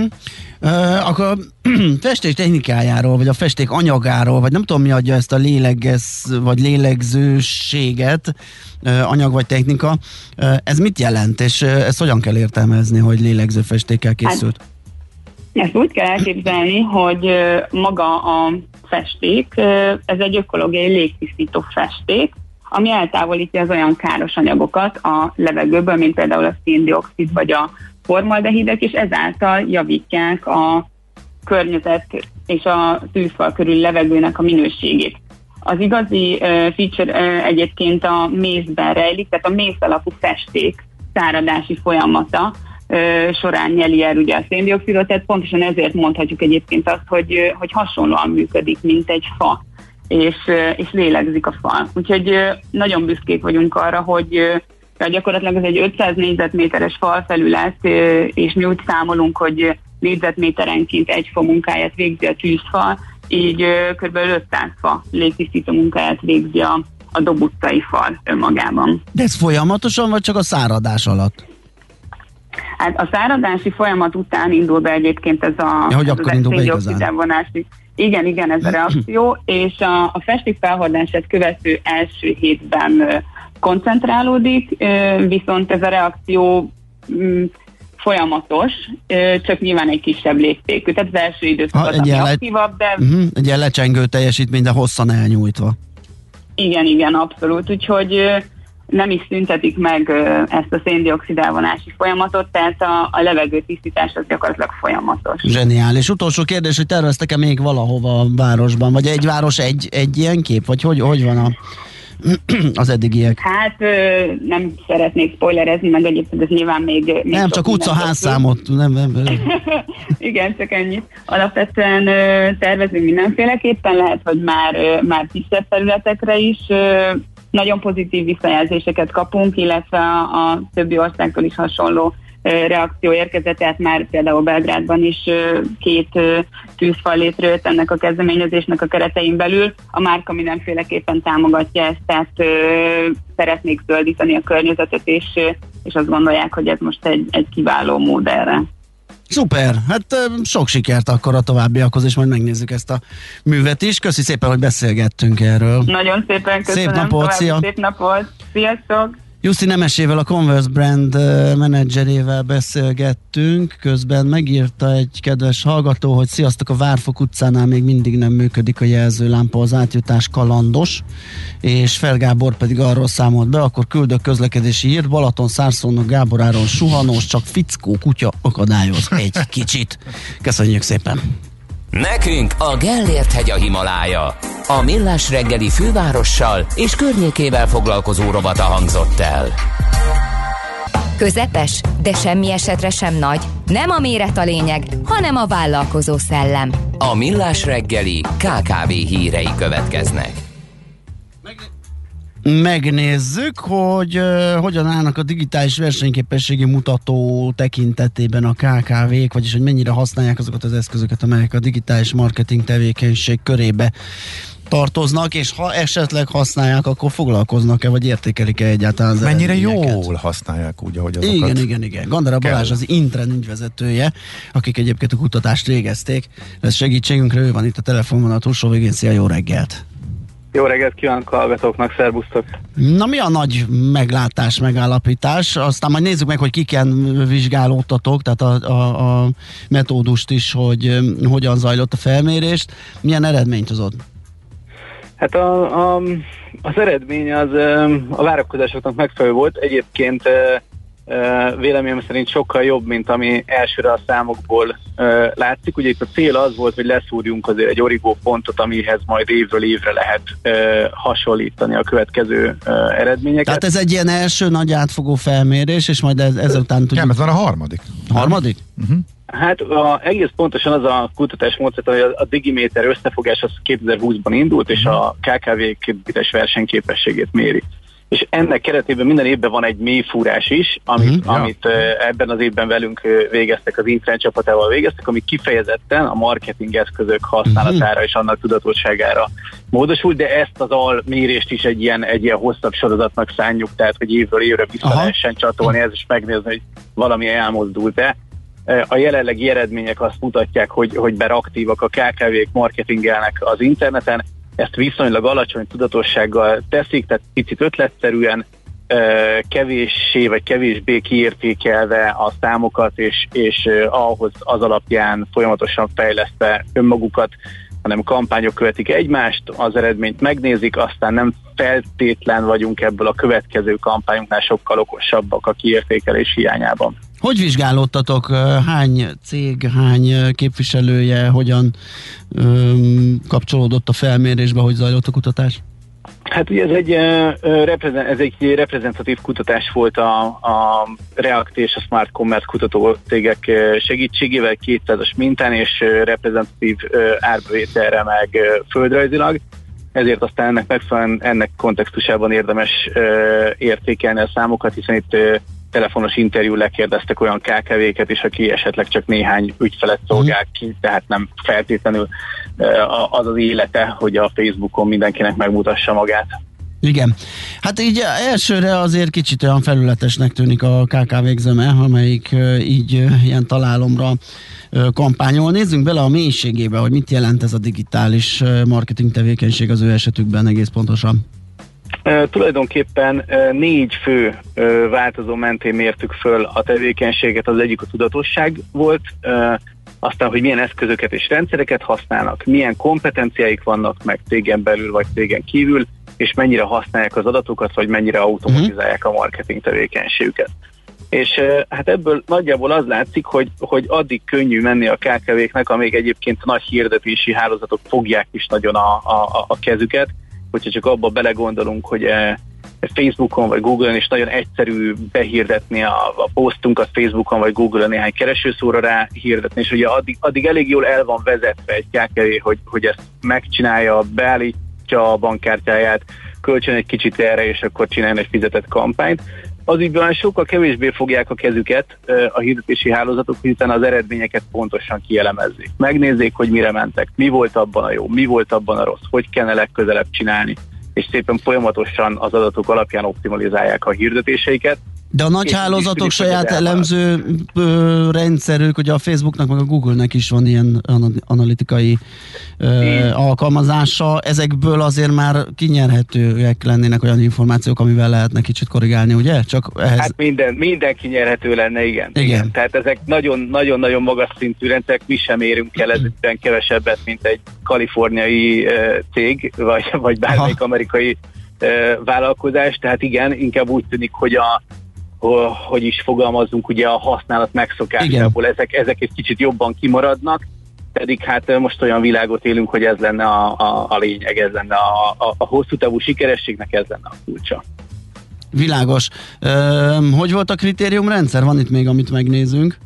Akkor festék technikájáról, vagy a festék anyagáról, vagy nem tudom mi adja ezt a vagy lélegzőséget, anyag vagy technika, ez mit jelent, és ezt hogyan kell értelmezni, hogy lélegző festékkel készült? Hát, ezt úgy kell elképzelni, hogy maga a festék, ez egy ökológiai légtisztító festék, ami eltávolítja az olyan káros anyagokat a levegőből, mint például a széndioxid vagy a formaldehidek, és ezáltal javítják a környezet és a tűzfal körül levegőnek a minőségét. Az igazi feature egyébként a mészben rejlik, tehát a mész alapú festék száradási folyamata során nyeli el ugye a széndioxidot, tehát pontosan ezért mondhatjuk egyébként azt, hogy hasonlóan működik, mint egy fa, és lélegzik a fal. Úgyhogy nagyon büszkék vagyunk arra, hogy gyakorlatilag ez egy 500 négyzetméteres falfelület, és mi úgy számolunk, hogy négyzetméterenként egy fa munkáját végzi a tűzfal, így kb. 500 fa légtisztító munkáját végzi a Dob utcai fal önmagában. De ez folyamatosan, vagy csak a száradás alatt? Hát a száradási folyamat után indul be egyébként ez széndioxidvonási. Igen, ez a reakció, és a festék felhordását követő első hétben koncentrálódik, viszont ez a reakció folyamatos, csak nyilván egy kisebb léptékű. Tehát az első időszak az, ami aktívabb, de... Egy ilyen lecsengő teljesítmény, de hosszan elnyújtva. Igen, abszolút. Úgyhogy nem is szüntetik meg ezt a széndioxid elvonási folyamatot, tehát a levegő tisztítás az gyakorlatilag folyamatos. Zseniális. Utolsó kérdés, hogy terveztek-e még valahova a városban, vagy egy város egy ilyen kép, vagy hogy van az eddigiek? Hát nem szeretnék spoilerezni, meg egyébként ez nyilván még nem, csak utca-házszámot. Igen, csak ennyit. Alapvetően tervezünk mindenféleképpen, lehet, hogy már kisebb területekre is nagyon pozitív visszajelzéseket kapunk, illetve a többi országtól is hasonló reakció érkezett, tehát már például Belgrádban is 2 tűzfal létrejött ennek a kezdeményezésnek a keretein belül. A márka mindenféleképpen támogatja ezt, tehát szeretnék zöldíteni a környezetet, és azt gondolják, hogy ez most egy kiváló mód erre. Szuper, hát sok sikert akkor a továbbiakhoz, és majd megnézzük ezt a művet is. Köszi szépen, hogy beszélgettünk erről. Nagyon szépen köszönöm. Szép napot, szia! Szép napot, sziasztok! Jussi Nemesével, a Converse brand menedzserével beszélgettünk, közben megírta egy kedves hallgató, hogy sziasztok, a Várfok utcánál még mindig nem működik a jelzőlámpa, az átjutás kalandos, és Fel Gábor pedig arról számolt be, akkor küldök közlekedési hírt, Balaton, Szárszónok, Gábor Áron suhanós, csak fickó kutya akadályoz egy kicsit. Köszönjük szépen! Nekünk a Gellért-hegy a Himalája. A Millás reggeli fővárossal és környékével foglalkozó rovata hangzott el. Közepes, de semmi esetre sem nagy. Nem a méret a lényeg, hanem a vállalkozó szellem. A Millás reggeli KKV hírei következnek. Megnézzük, hogy hogyan állnak a digitális versenyképességi mutató tekintetében a KKV-k, vagyis hogy mennyire használják azokat az eszközöket, amelyek a digitális marketing tevékenység körébe tartoznak, és ha esetleg használják, akkor foglalkoznak-e, vagy értékelik-e egyáltalán az mennyire eredményeket? jól használják úgy, ahogy azokat Igen. Gandara Balázs az Intren ügyvezetője, akik egyébként a kutatást végezték. Ez segítségünkre, ő van itt a telefonvonal túlsó végén. Szia, jó reggelt! Jó reggelt kívánok a hallgatóknak, szervusztok! Na, mi a nagy meglátás, megállapítás? Aztán majd nézzük meg, hogy kiken vizsgálódtatok, tehát a metódust is, hogy hogyan zajlott a felmérést. Milyen eredményt hozott? Hát az eredmény az a várakozásoknak megfelelő volt. Egyébként véleményem szerint sokkal jobb, mint ami elsőre a számokból látszik. Ugye itt a cél az volt, hogy leszúrjunk azért egy origó pontot, amihez majd évről évre lehet hasonlítani a következő eredményeket. Tehát ez egy ilyen első nagy átfogó felmérés, és majd ezután tudjuk... Nem, ez van a harmadik. Harmadik? Uh-huh. Hát egész pontosan az a kutatás módszer, hogy a Digiméter összefogás az 2020-ban indult, és a KKV-k digitális versenyképességét méri. És ennek keretében minden évben van egy mélyfúrás is, amit ebben az évben velünk végeztek, az Intren csapatával végeztek, ami kifejezetten a marketing eszközök használatára és annak tudatosságára módosult, de ezt az almérést is egy ilyen hosszabb sorozatnak szánjuk, tehát hogy évről évre vissza lehessen csatolni, ez is megnézni, hogy valami elmozdult-e. A jelenlegi eredmények azt mutatják, hogy bár aktívak a KKV-k, marketingelnek az interneten, ezt viszonylag alacsony tudatossággal teszik, tehát picit ötletszerűen, kevéssé vagy kevésbé kiértékelve a számokat, és ahhoz az alapján folyamatosan fejlesztve önmagukat, hanem kampányok követik egymást, az eredményt megnézik, aztán nem feltétlen vagyunk ebből a következő kampányunknál sokkal okosabbak a kiértékelés hiányában. Hogy vizsgálódtatok? Hány cég, hány képviselője, hogyan kapcsolódott a felmérésbe, hogy zajlott a kutatás? Hát ugye ez egy reprezentatív kutatás volt a React és a Smart Commerce kutató cégek segítségével 200-as mintán és reprezentatív árbevételre meg földrajzilag. Ezért aztán ennek megfelelően, ennek kontextusában érdemes értékelni a számokat, hiszen itt telefonos interjú lekérdeztek olyan KKV-ket is, aki esetleg csak néhány ügyfelet szolgál ki, tehát nem feltétlenül az az élete, hogy a Facebookon mindenkinek megmutassa magát. Igen. Hát így elsőre azért kicsit olyan felületesnek tűnik a KKV-k zöme, amelyik így ilyen találomra kampányol. Nézzünk bele a mélységébe, hogy mit jelent ez a digitális marketing tevékenység az ő esetükben egész pontosan. Tulajdonképpen 4 fő változó mentén mértük föl a tevékenységet. Az egyik a tudatosság volt, aztán, hogy milyen eszközöket és rendszereket használnak, milyen kompetenciáik vannak meg cégen belül vagy cégen kívül, és mennyire használják az adatokat, vagy mennyire automatizálják a marketing tevékenységüket. És hát ebből nagyjából az látszik, hogy addig könnyű menni a KKV-knek, amíg egyébként nagy hirdetési hálózatok fogják is nagyon a kezüket, hogyha csak abba belegondolunk, hogy Facebookon vagy Google-on is nagyon egyszerű behirdetni a posztunkat Facebookon vagy Google-on néhány keresőszóra rá hirdetni, és ugye addig elég jól el van vezetve egy KKV, hogy ezt megcsinálja, beállítja a bankkártyáját, kölcsön egy kicsit erre, és akkor csináljon egy fizetett kampányt. Az ügyben sokkal kevésbé fogják a kezüket a hirdetési hálózatok, hiszen az eredményeket pontosan kielemezzék. Megnézzék, hogy mire mentek, mi volt abban a jó, mi volt abban a rossz, hogy kellene legközelebb csinálni, és szépen folyamatosan az adatok alapján optimalizálják a hirdetéseiket. De a nagy hálózatok saját elemző rendszerük, ugye a Facebooknak meg a Googlenek is van ilyen analitikai alkalmazása, ezekből azért már kinyerhetőek lennének olyan információk, amivel lehetne kicsit korrigálni, ugye? Csak ehhez... Hát minden kinyerhető lenne, igen. Tehát ezek nagyon-nagyon magas szintű rendszerek, mi sem érünk el ezekben kevesebbet, mint egy kaliforniai cég, vagy bármelyik amerikai vállalkozás, tehát igen, inkább úgy tűnik, hogy is fogalmazzunk, ugye a használat megszokásából ezek egy kicsit jobban kimaradnak, pedig hát most olyan világot élünk, hogy ez lenne a lényeg, ez lenne a hosszú távú sikerességnek, ez lenne a kulcsa. Világos. Hogy volt a kritériumrendszer? Van itt még, amit megnézünk?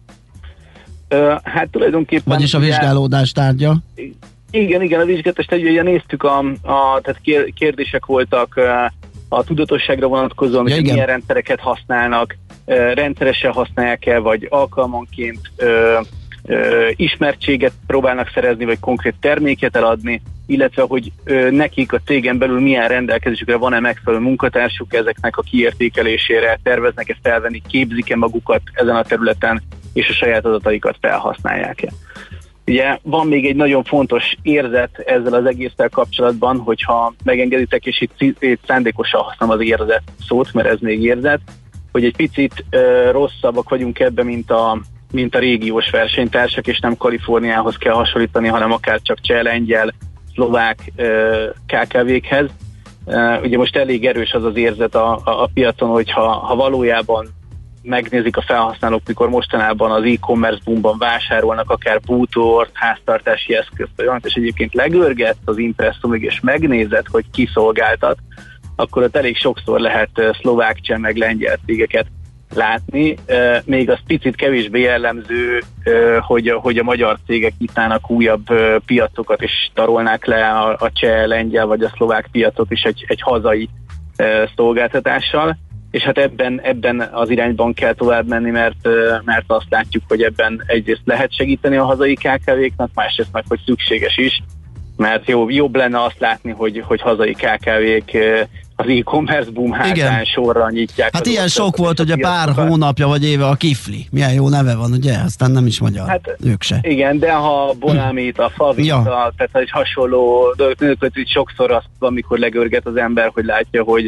Hát tulajdonképpen... Vagyis a vizsgálódás tárgya? Igen, a vizsgálódás tárgya, ugye néztük, tehát kérdések voltak a tudatosságra vonatkozóan, hogy milyen rendszereket használnak, rendszeresen használják-e, vagy alkalmanként ismertséget próbálnak szerezni, vagy konkrét terméket eladni, illetve hogy nekik a cégen belül milyen rendelkezésükre van-e megfelelő munkatársuk ezeknek a kiértékelésére, terveznek-e felvenni, képzik-e magukat ezen a területen, és a saját adataikat felhasználják-e. Ugye van még egy nagyon fontos érzet ezzel az egésszel kapcsolatban, hogyha megengeditek, és itt szándékosan használom az érzet szót, mert ez még érzet, hogy egy picit rosszabbak vagyunk ebben, mint a régiós versenytársak, és nem Kaliforniához kell hasonlítani, hanem akár csak cseh, lengyel, szlovák KKV-khez. Ugye most elég erős az az érzet a piacon, hogyha valójában megnézik a felhasználók, mikor mostanában az e-commerce boomban vásárolnak akár bútort, háztartási eszközt, és egyébként legörget az impresszumig, és megnézed, hogy ki szolgáltat, akkor ott elég sokszor lehet szlovák, cseh, meg lengyel cégeket látni. Még az picit kevésbé jellemző, hogy a magyar cégek nyitnának újabb piacokat, és tarolnák le a cseh, lengyel vagy a szlovák piacot is egy hazai szolgáltatással. És hát ebben az irányban kell tovább menni, mert azt látjuk, hogy ebben egyrészt lehet segíteni a hazai KKV-knak, másrészt meg, hogy szükséges is, mert jobb lenne azt látni, hogy hazai KKV-k az e-commerce boom hátán sorra nyitják. Hát ilyen sok volt, ugye pár hónapja vagy éve a Kifli. Milyen jó neve van, ugye? Aztán nem is magyar. Hát, ők se. Igen, de ha Bonamit, a Favit, tehát egy hasonló dolgokat, hogy sokszor azt, amikor legörget az ember, hogy látja, hogy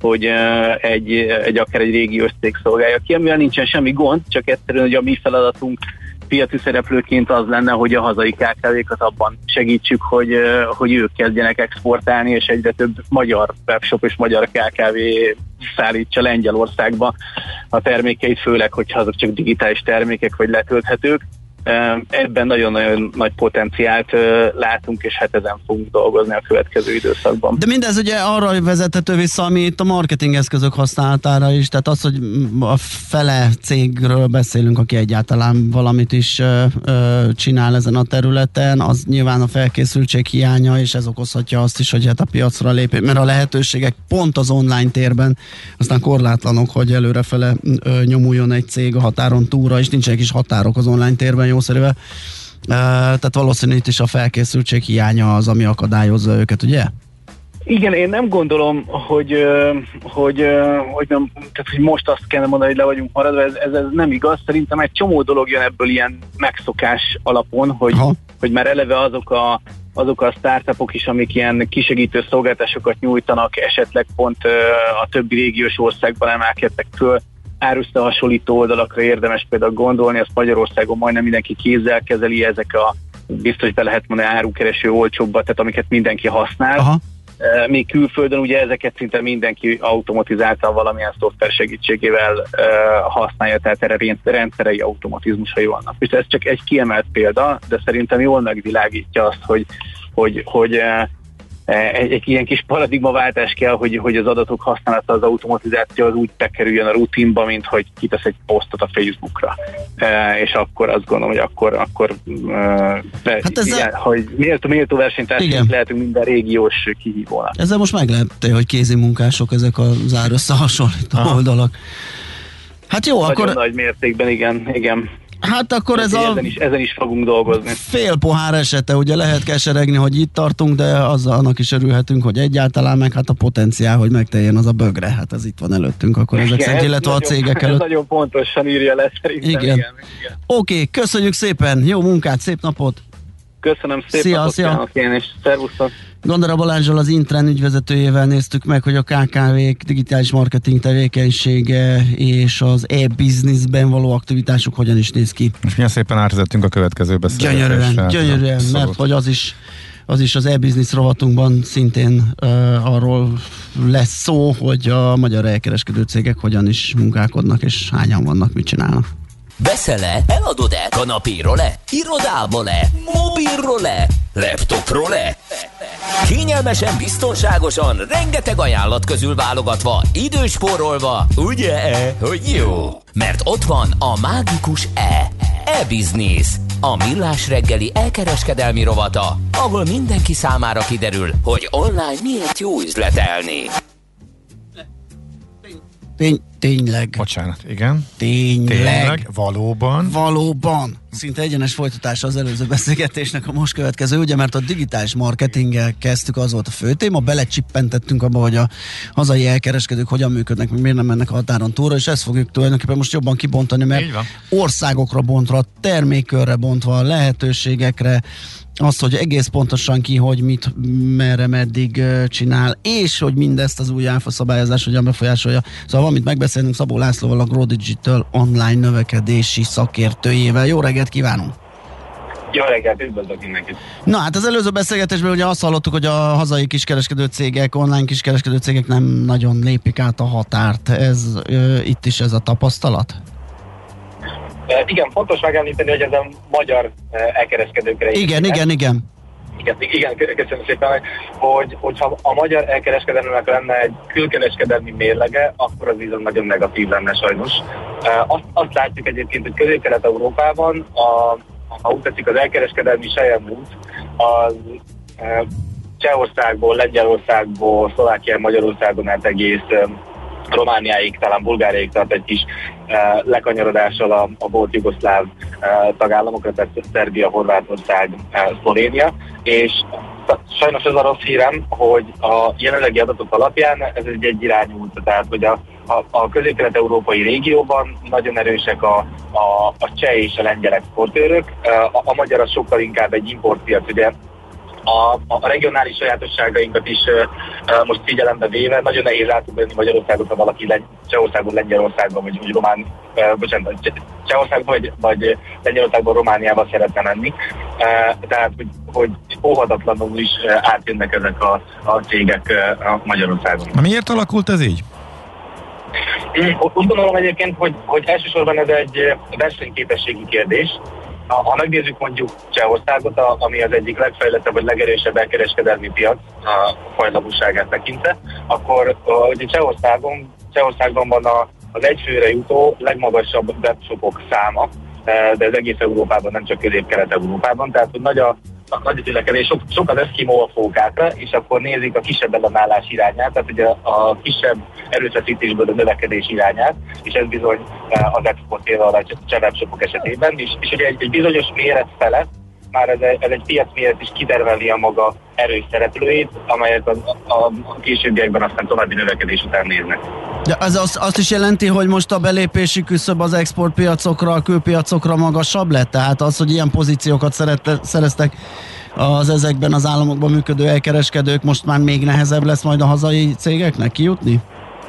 akár egy régiós cég szolgálja ki, amivel nincsen semmi gond, csak egyszerűen, hogy a mi feladatunk piaci szereplőként az lenne, hogy a hazai KKV-kat abban segítsük, hogy ők kezdjenek exportálni, és egyre több magyar webshop és magyar KKV szállítsa Lengyelországba a termékeit, főleg, hogyha azok csak digitális termékek vagy letölthetők. Ebben nagyon-nagyon nagy potenciált látunk, és hát ezen fogunk dolgozni a következő időszakban. De mindez ugye arra vezethető vissza, ami itt a marketing eszközök használatára is, tehát az, hogy a fele cégről beszélünk, aki egyáltalán valamit is csinál ezen a területen, az nyilván a felkészültség hiánya, és ez okozhatja azt is, hogy hát a piacra lépés, mert a lehetőségek pont az online térben aztán korlátlanok, hogy előrefele nyomuljon egy cég a határon túlra, és nincsenek is határok az online térben, jószerűen. Tehát valószínűleg itt is a felkészültség hiánya az, ami akadályozza őket, ugye? Igen, én nem gondolom, hogy most azt kellene mondani, hogy le vagyunk maradva, ez nem igaz. Szerintem egy csomó dolog jön ebből ilyen megszokás alapon, hogy már eleve azok a startupok is, amik ilyen kisegítő szolgáltatásokat nyújtanak, esetleg pont a többi régiós országban emelkedtek föl, árösszehasonlító oldalakra érdemes például gondolni, ezt Magyarországon majdnem mindenki kézzel kezeli, ezek biztos be lehet mondani árukereső olcsóbbat, tehát amiket mindenki használ. Aha. Még külföldön ugye ezeket szinte mindenki automatizáltan valamilyen szoftver segítségével használja, tehát erre rendszerei automatizmusai vannak. És ez csak egy kiemelt példa, de szerintem jól megvilágítja azt, hogy egy ilyen kis paradigmaváltás kell, hogy az adatok használata, az automatizáció az úgy bekerüljön a rutinba, mint hogy kitesz egy posztot a Facebookra. És akkor azt gondolom, hogy akkor hogy méltó versenytársaink lehetünk minden régiós kihívónak. Ezzel most meg lehet, hogy kézimunkások ezek az árösszehasonlító oldalak. Hát jó, nagyon akkor... nagy mértékben, igen. Hát akkor ezen is fogunk dolgozni. Fél pohár esete, ugye lehet keseregni, hogy itt tartunk, de annak is örülhetünk, hogy egyáltalán meg hát a potenciál, hogy megteljen az a bögre. Hát ez itt van előttünk, akkor ezek szerint, illetve a cégek előtt. Ez nagyon pontosan írja le szerintem. Igen. Oké, köszönjük szépen, jó munkát, szép napot! Köszönöm szépen, szia. Én is. Szervusztok! Gondora Balázsral, az Intren ügyvezetőjével néztük meg, hogy a KKV-k digitális marketing tevékenysége és az e-businessben való aktivitásuk hogyan is néz ki. És milyen szépen átvezettünk a következő beszélgetésre. Gyönyörűen, mert hogy az is az e-business rovatunkban szintén arról lesz szó, hogy a magyar elkereskedő cégek hogyan is munkálkodnak, és hányan vannak, mit csinálnak. Veszel-e? Eladod-e? Kanapéról-e? Irodából-e? Mobilról-e? Laptopról-e? Kényelmesen, biztonságosan, rengeteg ajánlat közül válogatva, időspórolva, ugye-e, hogy jó? Mert ott van a mágikus e-business, a millás reggeli elkereskedelmi rovata, ahol mindenki számára kiderül, hogy online miért jó üzletelni. Tényleg. Bocsánat, igen. Tényleg. Valóban. Szinte egyenes folytatása az előző beszélgetésnek a most következő, ugye, mert a digitális marketinggel kezdtük, az volt a fő téma, belecsippentettünk abba, hogy a hazai elkereskedők hogyan működnek, miért nem mennek a határon túlra, és ezt fogjuk tulajdonképpen most jobban kibontani, mert országokra bontva, termékkörre bontva, lehetőségekre, azt, hogy egész pontosan ki, hogy mit, merre, meddig csinál, és hogy mindezt az új áfa szabályozás hogyan befolyásolja. Szóval valamit megbeszélünk Szabó Lászlóval, a Grow Digital online növekedési szakértőjével. Jó reggelt kívánunk! Jó reggelt, üdvözlök mindenkit! Na hát az előző beszélgetésben ugye azt hallottuk, hogy a hazai kiskereskedő cégek, online kiskereskedő cégek nem nagyon lépik át a határt. Itt is ez a tapasztalat? Igen, fontos megemlíteni, hogy ez a magyar elkereskedőkre is. Igen, köszönöm szépen, hogyha a magyar elkereskedelmnek lenne egy külkereskedelmi mérlege, akkor az viszont nagyon negatív lenne sajnos. Azt látjuk egyébként, hogy Közép-Kelet-Európában ha úgy tetszik, az elkereskedelmi selyemút az Csehországból, Lengyelországból, Szlovákián, Magyarországon át egész Romániáig, talán Bulgáriáig tart egy kis lekanyarodással a volt jugoszláv tagállamokra, tehát Szerbia, Horvátország, Szlovénia, és sajnos az a rossz hírem, hogy a jelenlegi adatok alapján ez egy egyirányú út, tehát hogy a közép-kelet-európai régióban nagyon erősek a cseh és a lengyel exportőrök, a magyar az sokkal inkább egy importpiac, ugye a regionális sajátosságainkat is most figyelembe véve nagyon nehéz átudni Magyarországot, ha valaki Csehországból, Lengyelországban, vagy Csehországban, vagy Lengyelországban, Romániába szeretne menni. Tehát, hogy óhatatlanul is átjönnek ezek a cégek Magyarországon. Na miért alakult ez így? Úgy gondolom egyébként, hogy elsősorban ez egy versenyképességi kérdés. Ha megnézzük mondjuk Csehországot, ami az egyik legfejlettebb vagy legerősebb elkereskedelmi piac a hajlamúságát tekintve, akkor ugye Csehországban van az egyfőre jutó legmagasabb webshopok száma, de ez egész Európában, nem csak Közép-Kelet-Európában, tehát hogy nagy a tülekedés, sok az eszkimó a fókákra, és akkor nézik a kisebb ellenállás irányát, tehát ugye a kisebb erőfeszítésből a növekedés irányát, és ez bizony az export például a webshopok esetében, és ugye egy bizonyos méret felett már ez egy piacméret is kitermeli a maga erős szereplőit, amelyet a későbbiekben aztán további növekedés után néznek. De az azt is jelenti, hogy most a belépési küszöb az exportpiacokra, a külpiacokra magasabb lett? Tehát az, hogy ilyen pozíciókat szereztek az ezekben az államokban működő elkereskedők, most már még nehezebb lesz majd a hazai cégeknek kijutni?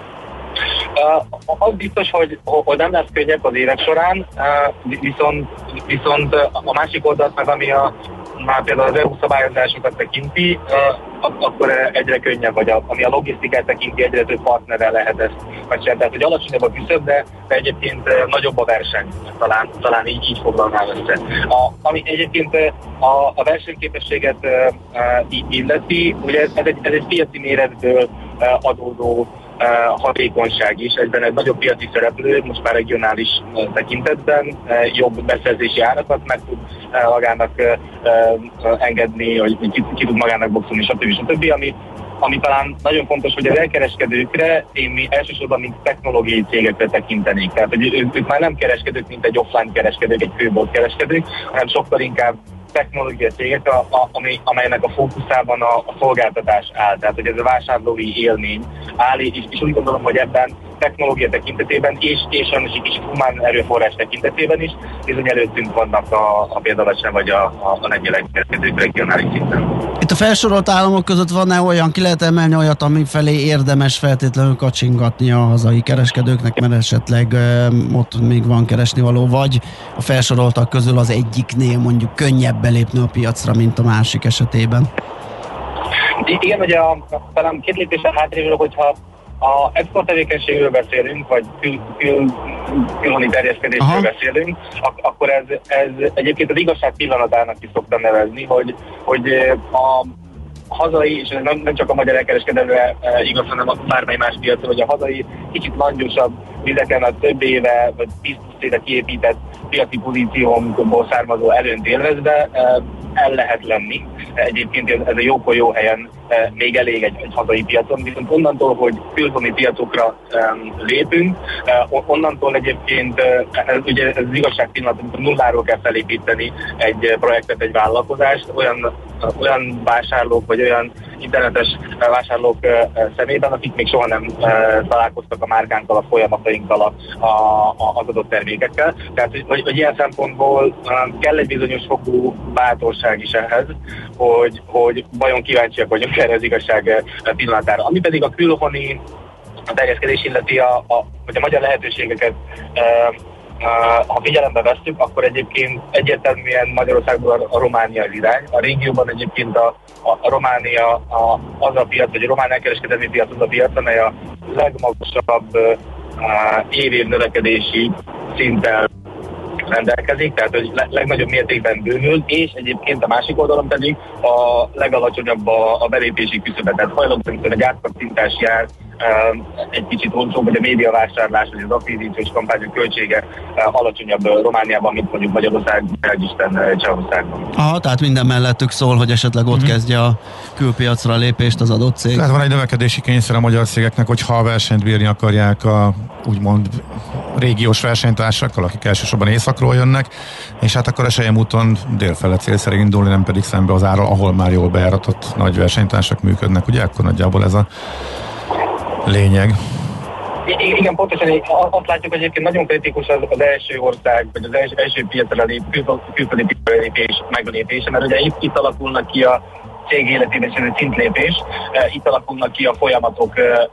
Az biztos, hogy nem lesz könnyebb az évek során, viszont a másik oldalt meg, ami már például az EU szabályozásokat tekinti, akkor egyre könnyebb, vagy ami a logisztikát tekinti, egyre több partnerrel lehet ezt megcsinálni. Tehát, hogy alacsonyabb a küszöb, de egyébként nagyobb a verseny, talán így foglalnám össze. Ami egyébként a versenyképességet illeti, ugye ez egy piaci méretből adódó hatékonyság is, egyben egy nagyobb piaci szereplő, most már regionális tekintetben jobb beszerzési árakat meg tud magának engedni, hogy ki tud magának boxolni, stb. Ami talán nagyon fontos, hogy az elkereskedőkre én elsősorban mint technológiai cégekre tekintenék. Tehát, hogy ők már nem kereskedők, mint egy offline kereskedők, egy főbolt kereskedők, hanem sokkal inkább technológiai cégek, amelynek a fókuszában a szolgáltatás áll. Tehát, hogy ez a vásárlói élmény áll, és úgy gondolom, hogy ebben technológia tekintetében és sajnos egy kis humán erőforrás tekintetében is bizony előttünk vannak a például sem vagy a lengyelek kereskedők regionális szinten. Itt a felsorolt államok között van-e olyan, ki lehet emelni olyat, ami felé érdemes feltétlenül kacsingatni a hazai kereskedőknek, mert esetleg ott még van keresnivaló, vagy a felsoroltak közül az egyiknél mondjuk könnyebb belépni a piacra, mint a másik esetében? Igen, ugye talán két lépésre hátrébb, hogyha a export tevékenységről beszélünk, vagy külhoni terjeszkedésről beszélünk, akkor ez egyébként az igazság pillanatának is szoktam nevezni, hogy a hazai, és nem csak a magyar elkereskedelőre igaz, hanem a bármely más piacra, hogy a hazai kicsit langyosabb vizeken a több éve, vagy 10 éve kiépített piaci pozíciónkból származó előnyt élvezve el lehet lenni. Egyébként ez a jókor jó helyen még elég egy hazai piacon, viszont onnantól, hogy külföldi piacokra lépünk, onnantól egyébként ugye ez az igazság pillanat, amikor nulláról kell felépíteni egy projektet, egy vállalkozást, olyan vásárlók, vagy olyan internetes vásárlók szemében, akik még soha nem találkoztak a márkánkkal, a folyamatainkkal, az adott termékekkel. Tehát, hogy ilyen szempontból kell egy bizonyos fokú bátorság is ehhez, hogy vajon kíváncsiak vagyunk erre az igazság pillanatára. Ami pedig a külhoni terjeszkedés illeti, hogy a magyar lehetőségeket ha figyelembe vesszük, akkor egyébként egyértelműen Magyarországból a Románia az irány. A régióban egyébként a Románia az a piac, vagy a román elkereskedelmi piac az a piac, amely a legmagasabb évév növekedési szinttel rendelkezik, tehát hogy legnagyobb mértékben bővül, és egyébként a másik oldalon pedig a legalacsonyabb a belépési küszöbe, tehát hajlottunk, egy átkattintás jár, egy kicsit olcsóbb, vagy a médiavásárlás, vagy az akvizíciós kampányok költsége alacsonyabb Romániában, mint mondjuk Magyarország, Belgisztán, Csehországban. Aha, tehát minden mellettük szól, hogy esetleg ott kezdje a külpiacra a lépést az adott cég. Tehát van egy növekedési kényszer a magyar cégeknek, hogyha a versenyt bírni akarják a úgymond régiós versenytársakkal, akik elsősorban északról jönnek, és hát akkor esélyemúton délfele célszerű indulni, nem pedig szembe az árral, ahol már jól bejáratott nagy versenytársak működnek, ugye? Akkor nagyjából ez a lényeg. Igen, pontosan azt látjuk, hogy egyébként nagyon kritikus az első ország, vagy az első piacra külföldi piacra lépés meglépése, mert ugye itt alakulnak ki a cég életében ez egy szintlépés, itt alakulnak ki a folyamatok,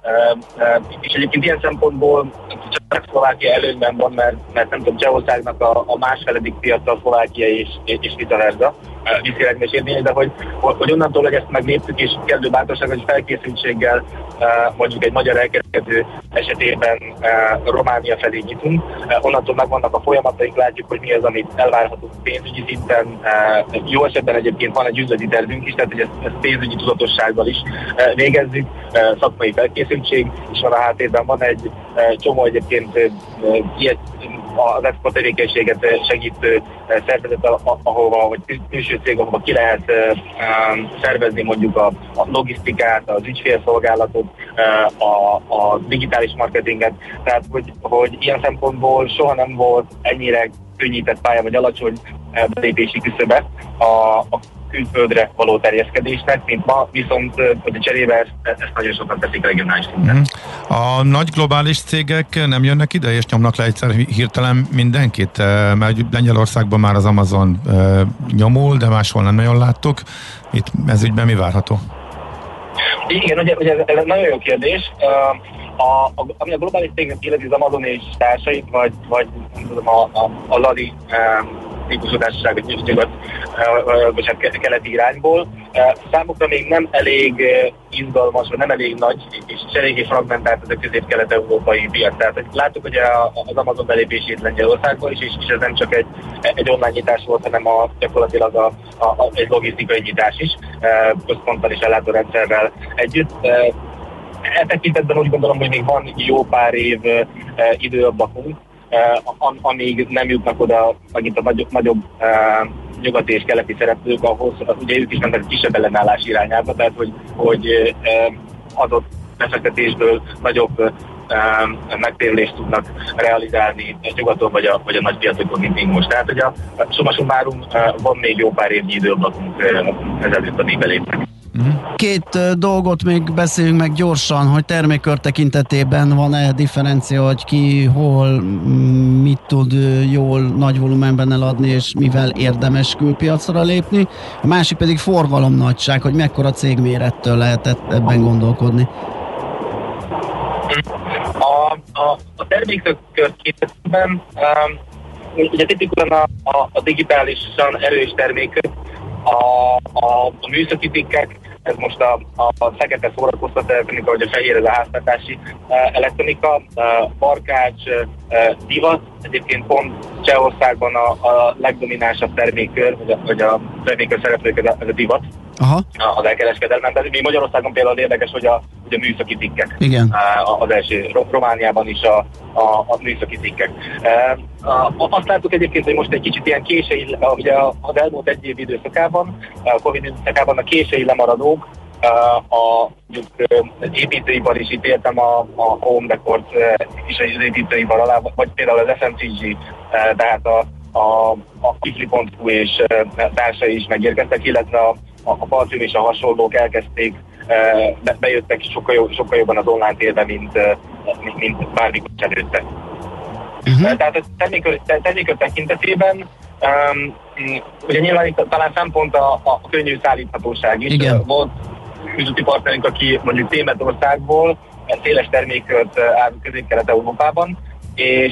és egyébként ilyen szempontból csak Szlovákia előnyben van, mert nem tudom, Csehországnak a másfeledik piaca a Szlovákia és vice versa, viszonylag érvényes, de hogy onnantól, hogy ezt megléptük, és kellő bátorsággal és felkészültséggel mondjuk egy magyar elkezdő esetében Románia felé nyitunk, onnantól megvannak a folyamataink, látjuk, hogy mi az, amit elvárhatunk pénzügyi szinten, jó esetben egyébként van egy üzleti tervünk is, tehát hogy ezt pénzügyi tudatossággal is végezzük, szakmai felkészültség, és van a háttérben van egy csomó egyébként ilyet, az export tevékenységet segítő szervezet, ahova, vagy külső cég, ahova ki lehet szervezni mondjuk a logisztikát, az ügyfélszolgálatot, a digitális marketinget. Tehát, hogy ilyen szempontból soha nem volt ennyire könnyített pálya, vagy alacsony belépési küszöbe a külföldre való terjeszkedésnek, mint ma, viszont hogy a cserébe ezt nagyon sokan teszik regionális szinten. A nagy globális cégek nem jönnek ide, és nyomnak le egyszer hirtelen mindenkit? Mert Lengyelországban már az Amazon nyomul, de máshol nem nagyon láttuk. Itt ez ügyben mi várható? Igen, ugye ez egy nagyon jó kérdés. Ami a globális cégnek illeti, az Amazon és társait, vagy a Ladi típusú társaság, keleti irányból. Számukra még nem elég izgalmas, vagy nem elég nagy, és eléggé fragmentált ez a közép-kelet-európai piac. Tehát láttuk, hogy az Amazon belépését Lengyelországból is, és ez nem csak egy online nyitás volt, hanem gyakorlatilag egy logisztikai nyitás is, központtal és ellátórendszerrel együtt. E tekintetben úgy gondolom, hogy még van jó pár év időablakunk, amíg nem jutnak oda megint a nagyobb nyugati és keleti szereplők, ahhoz ugye ők is mentek kisebb ellenállás irányába, tehát hogy adott befektetésből nagyobb megtérülést tudnak realizálni nyugaton vagy a nagy piacokon, mint még most. Tehát, hogy a summa summarum van még jó pár évnyi időablakunk ezelőtt, amíg belépnek. Két dolgot még beszéljünk meg gyorsan, hogy termékkör tekintetében van-e differencia, hogy ki, hol, mit tud jól nagy volumenben eladni, és mivel érdemes külpiacra lépni. A másik pedig forgalomnagyság, hogy mekkora cégmérettől lehetett ebben gondolkodni. A termékkör képzetben ugye tipikusan a digitálisan erős termékök, a műszaki tikkek, ez most a fekete szórakoztató elektronika, vagy a fehér, ez a háztartási elektronika, barkács, divat. Egyébként pont Csehországban a legdominánsabb termékkör, vagy a termékkör szereplők, ez a divat az elkereskedelmen. Tehát mi Magyarországon például érdekes, hogy a műszaki cikkek. Igen. Az első Romániában is a műszaki cikkek. Azt láttuk egyébként, hogy most egy kicsit ilyen késői, ugye az elmúlt egy év időszakában, a Covid időszakában a késői lemaradók, az építőipar is, itt értem a Home Decor is az építőipar alá, vagy például az FMCG, tehát a Kifli.hu és társai is megérkeztek, illetve a Parfüm és a hasonlók elkezdték, bejöttek sokkal jobban az online térbe, mint bármikor előtte. Tehát a termékök tekintetében ugye nyilván itt talán szempont a könnyű szállíthatóság is. Igen. Volt üzleti partnerünk, aki mondjuk Németországból széles termékköt árul Közép-Kelet-Európában, és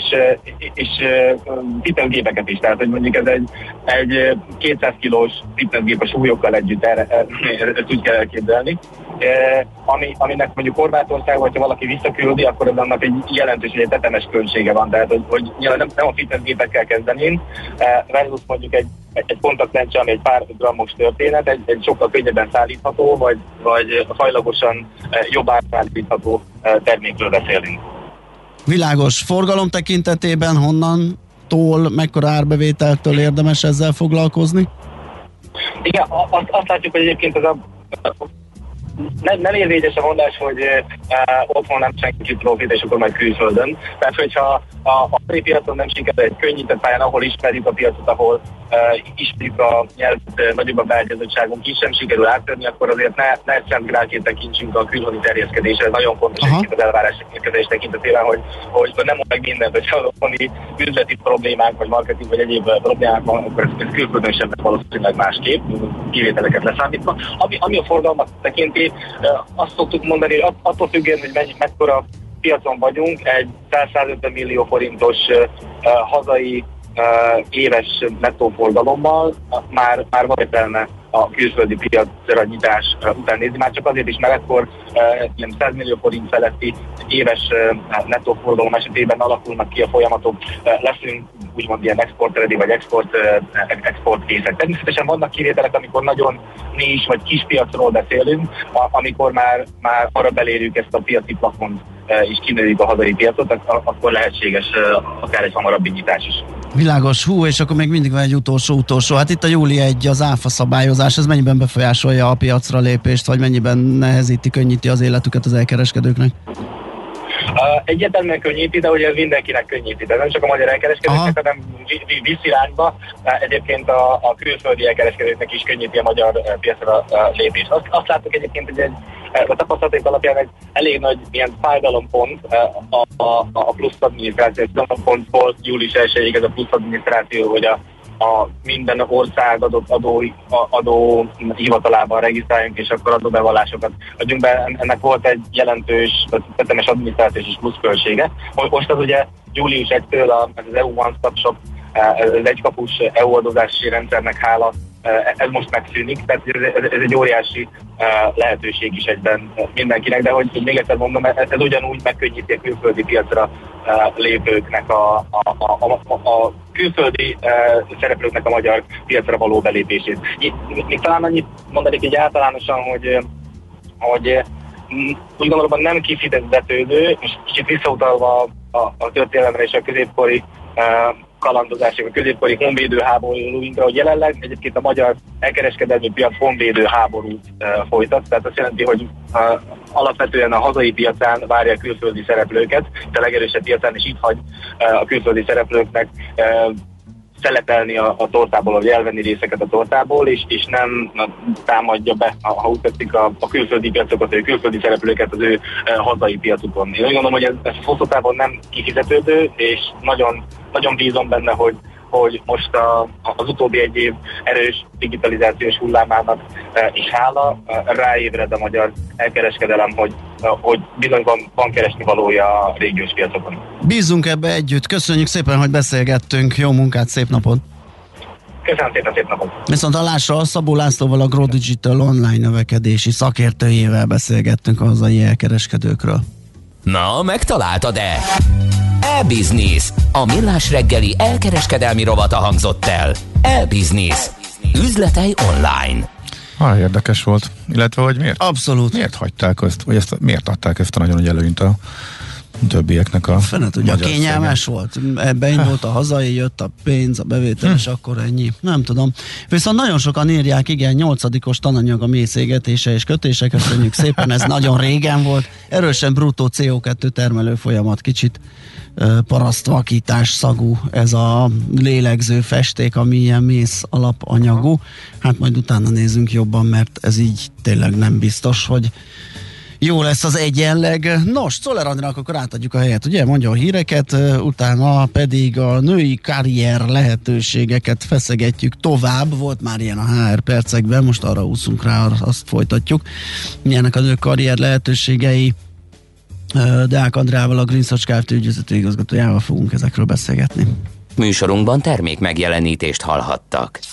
fitnessgépeket is, tehát hogy mondjuk ez egy 200 kilós fitnessgép a súlyokkal együtt, ezt úgy kell elképzelni. Aminek mondjuk Horvátország, hogyha valaki visszaküldi, akkor az annak egy jelentős, egy tetemes költsége van, tehát hogy nyilván nem a fitnessgépekkel kezdeném, versus mondjuk egy kontaktlencse, ami egy pár grammos történet, egy sokkal könnyebben szállítható, vagy fajlagosan jobb átszállítható termékről beszélünk. Világos. Forgalom tekintetében honnantól, mekkora árbevételtől érdemes ezzel foglalkozni? Igen, azt látjuk, hogy egyébként ez nem érvényes a mondás, hogy otthon nem senki profit, és akkor majd külföldön. Tehát, hogyha a piacon nem sikerül egy könnyített pályán, ahol ismerjük a piacot, ahol ismerjük a nyelvet, nagyobb a beágyazottságunk is, sem sikerül áttörni, akkor azért ne szent grálként tekintsünk a külföldi terjeszkedésre. Ez nagyon fontos az elvárás tekintetében, hogy nem mond meg mindent, hogyha az otthoni üzleti problémánk, vagy marketing, vagy egyéb problémánk van, akkor ez külföldön sem valószínűleg másképp, kivételeket leszámítva. Ami a forgalmat tekinti, azt szoktuk mondani, hogy attól függően, hogy mekkora piacon vagyunk, egy 100-150 millió forintos hazai éves nettóforgalommal már van értelme a külföldi piacra nyitás után nézni, már csak azért is, mert akkor 100 millió forint feletti éves nettóforgalom esetében alakulnak ki a folyamatok, leszünk úgymond ilyen export-ready vagy exportkészek. Természetesen vannak kivételek, amikor nagyon nis vagy kis piacról beszélünk, amikor már arra belérjük ezt a piaci plafont és kinőjük a hazai piacot, akkor lehetséges akár egy hamarabbi nyitás is. Világos, és akkor még mindig van egy utolsó. Hát itt a júli 1 az áfa szabályozás, ez mennyiben befolyásolja a piacra lépést, vagy mennyiben nehezíti, könnyíti az életüket az elkereskedőknek? Egyértelműen könnyíti, de ugye ez mindenkinek könnyíti. De nem csak a magyar elkereskedőknek, hanem vízirányba. Egyébként a külföldi elkereskedőknek is könnyíti a magyar piacra lépést. Azt láttuk egyébként, hogy a tapasztalatok alapján egy elég nagy ilyen fájdalompont a plusz adminisztráció. Pontból július 1-ig ez a plusz adminisztráció, hogy a minden ország adott adó hivatalában regisztráljunk, és akkor adóbevallásokat adjunk be. Ennek volt egy jelentős, tetemes adminisztrációs és pluszköltsége. Most az ugye július 1-től az EU One Stop Shop, az egykapus EU adózási rendszernek hála, ez most megszűnik, tehát ez egy óriási lehetőség is egyben mindenkinek, de hogy még egyszer mondom, ez ugyanúgy megkönnyíti a külföldi piacra lépőknek, a külföldi szereplőknek a magyar piacra való belépését. Még talán annyit mondanék így általánosan, hogy úgy gondolom, nem kifizetődő, és kicsit visszautalva a történelemre és a középkori kalandozások, a középkori honvédőháborúinkra, hogy jelenleg egyébként a magyar elkereskedelmi piac honvédőháborút folytat, tehát azt jelenti, hogy alapvetően a hazai piacán várja a külföldi szereplőket, de a legerősebb piacán is itt hagy a külföldi szereplőknek szelepelni a tortából, vagy elvenni részeket a tortából, és nem támadja be, ha úgy tetszik, a külföldi piacokat, vagy a külföldi szereplőket az ő hazai piacukon. Én úgy gondolom, hogy ez hosszú távon nem kifizetődő, és nagyon, nagyon bízom benne, hogy most az utóbbi egy év erős digitalizációs hullámának is hála ráébred a magyar elkereskedelem, hogy bizony van keresni valója a régiós piacokon. Bízzunk ebbe együtt. Köszönjük szépen, hogy beszélgettünk. Jó munkát, szép napot! Köszönöm szépen, szép napot! Viszont hallásra Szabó Lászlóval, a Grow Digital online növekedési szakértőjével beszélgettünk a hazai elkereskedőkről. Na, megtaláltad-e? E-Business. A millás reggeli elkereskedelmi rovata hangzott el. E-Business. Üzletei online. Érdekes volt. Illetve, hogy miért? Abszolút. Miért hagyták ezt, vagy miért adták ezt a nagyon nagy előnyt a többiek a fene tudja, kényelmes volt. Ebbe indult a hazai, jött a pénz, a bevétel, és akkor ennyi. Nem tudom. Viszont nagyon sokan írják, igen, 8-os tananyag a mészégetése és kötése, köszönjük szépen, ez nagyon régen volt. Erősen bruttó CO2 termelő folyamat, kicsit parasztvakítás szagú ez a lélegző festék, ami ilyen mész alapanyagú. Hát majd utána nézzünk jobban, mert ez így tényleg nem biztos, hogy jó lesz az egyenleg. Nos, Czoller Andrának akkor átadjuk a helyet, ugye? Mondja a híreket, utána pedig a női karrier lehetőségeket feszegetjük tovább. Volt már ilyen a HR percekben, most arra úszunk rá, azt folytatjuk. Milyenek a nők karrier lehetőségei? Deák Andrával, a Green Search Kft. Ügyvezető igazgatójával fogunk ezekről beszélgetni. Műsorunkban termék megjelenítést hallhattak.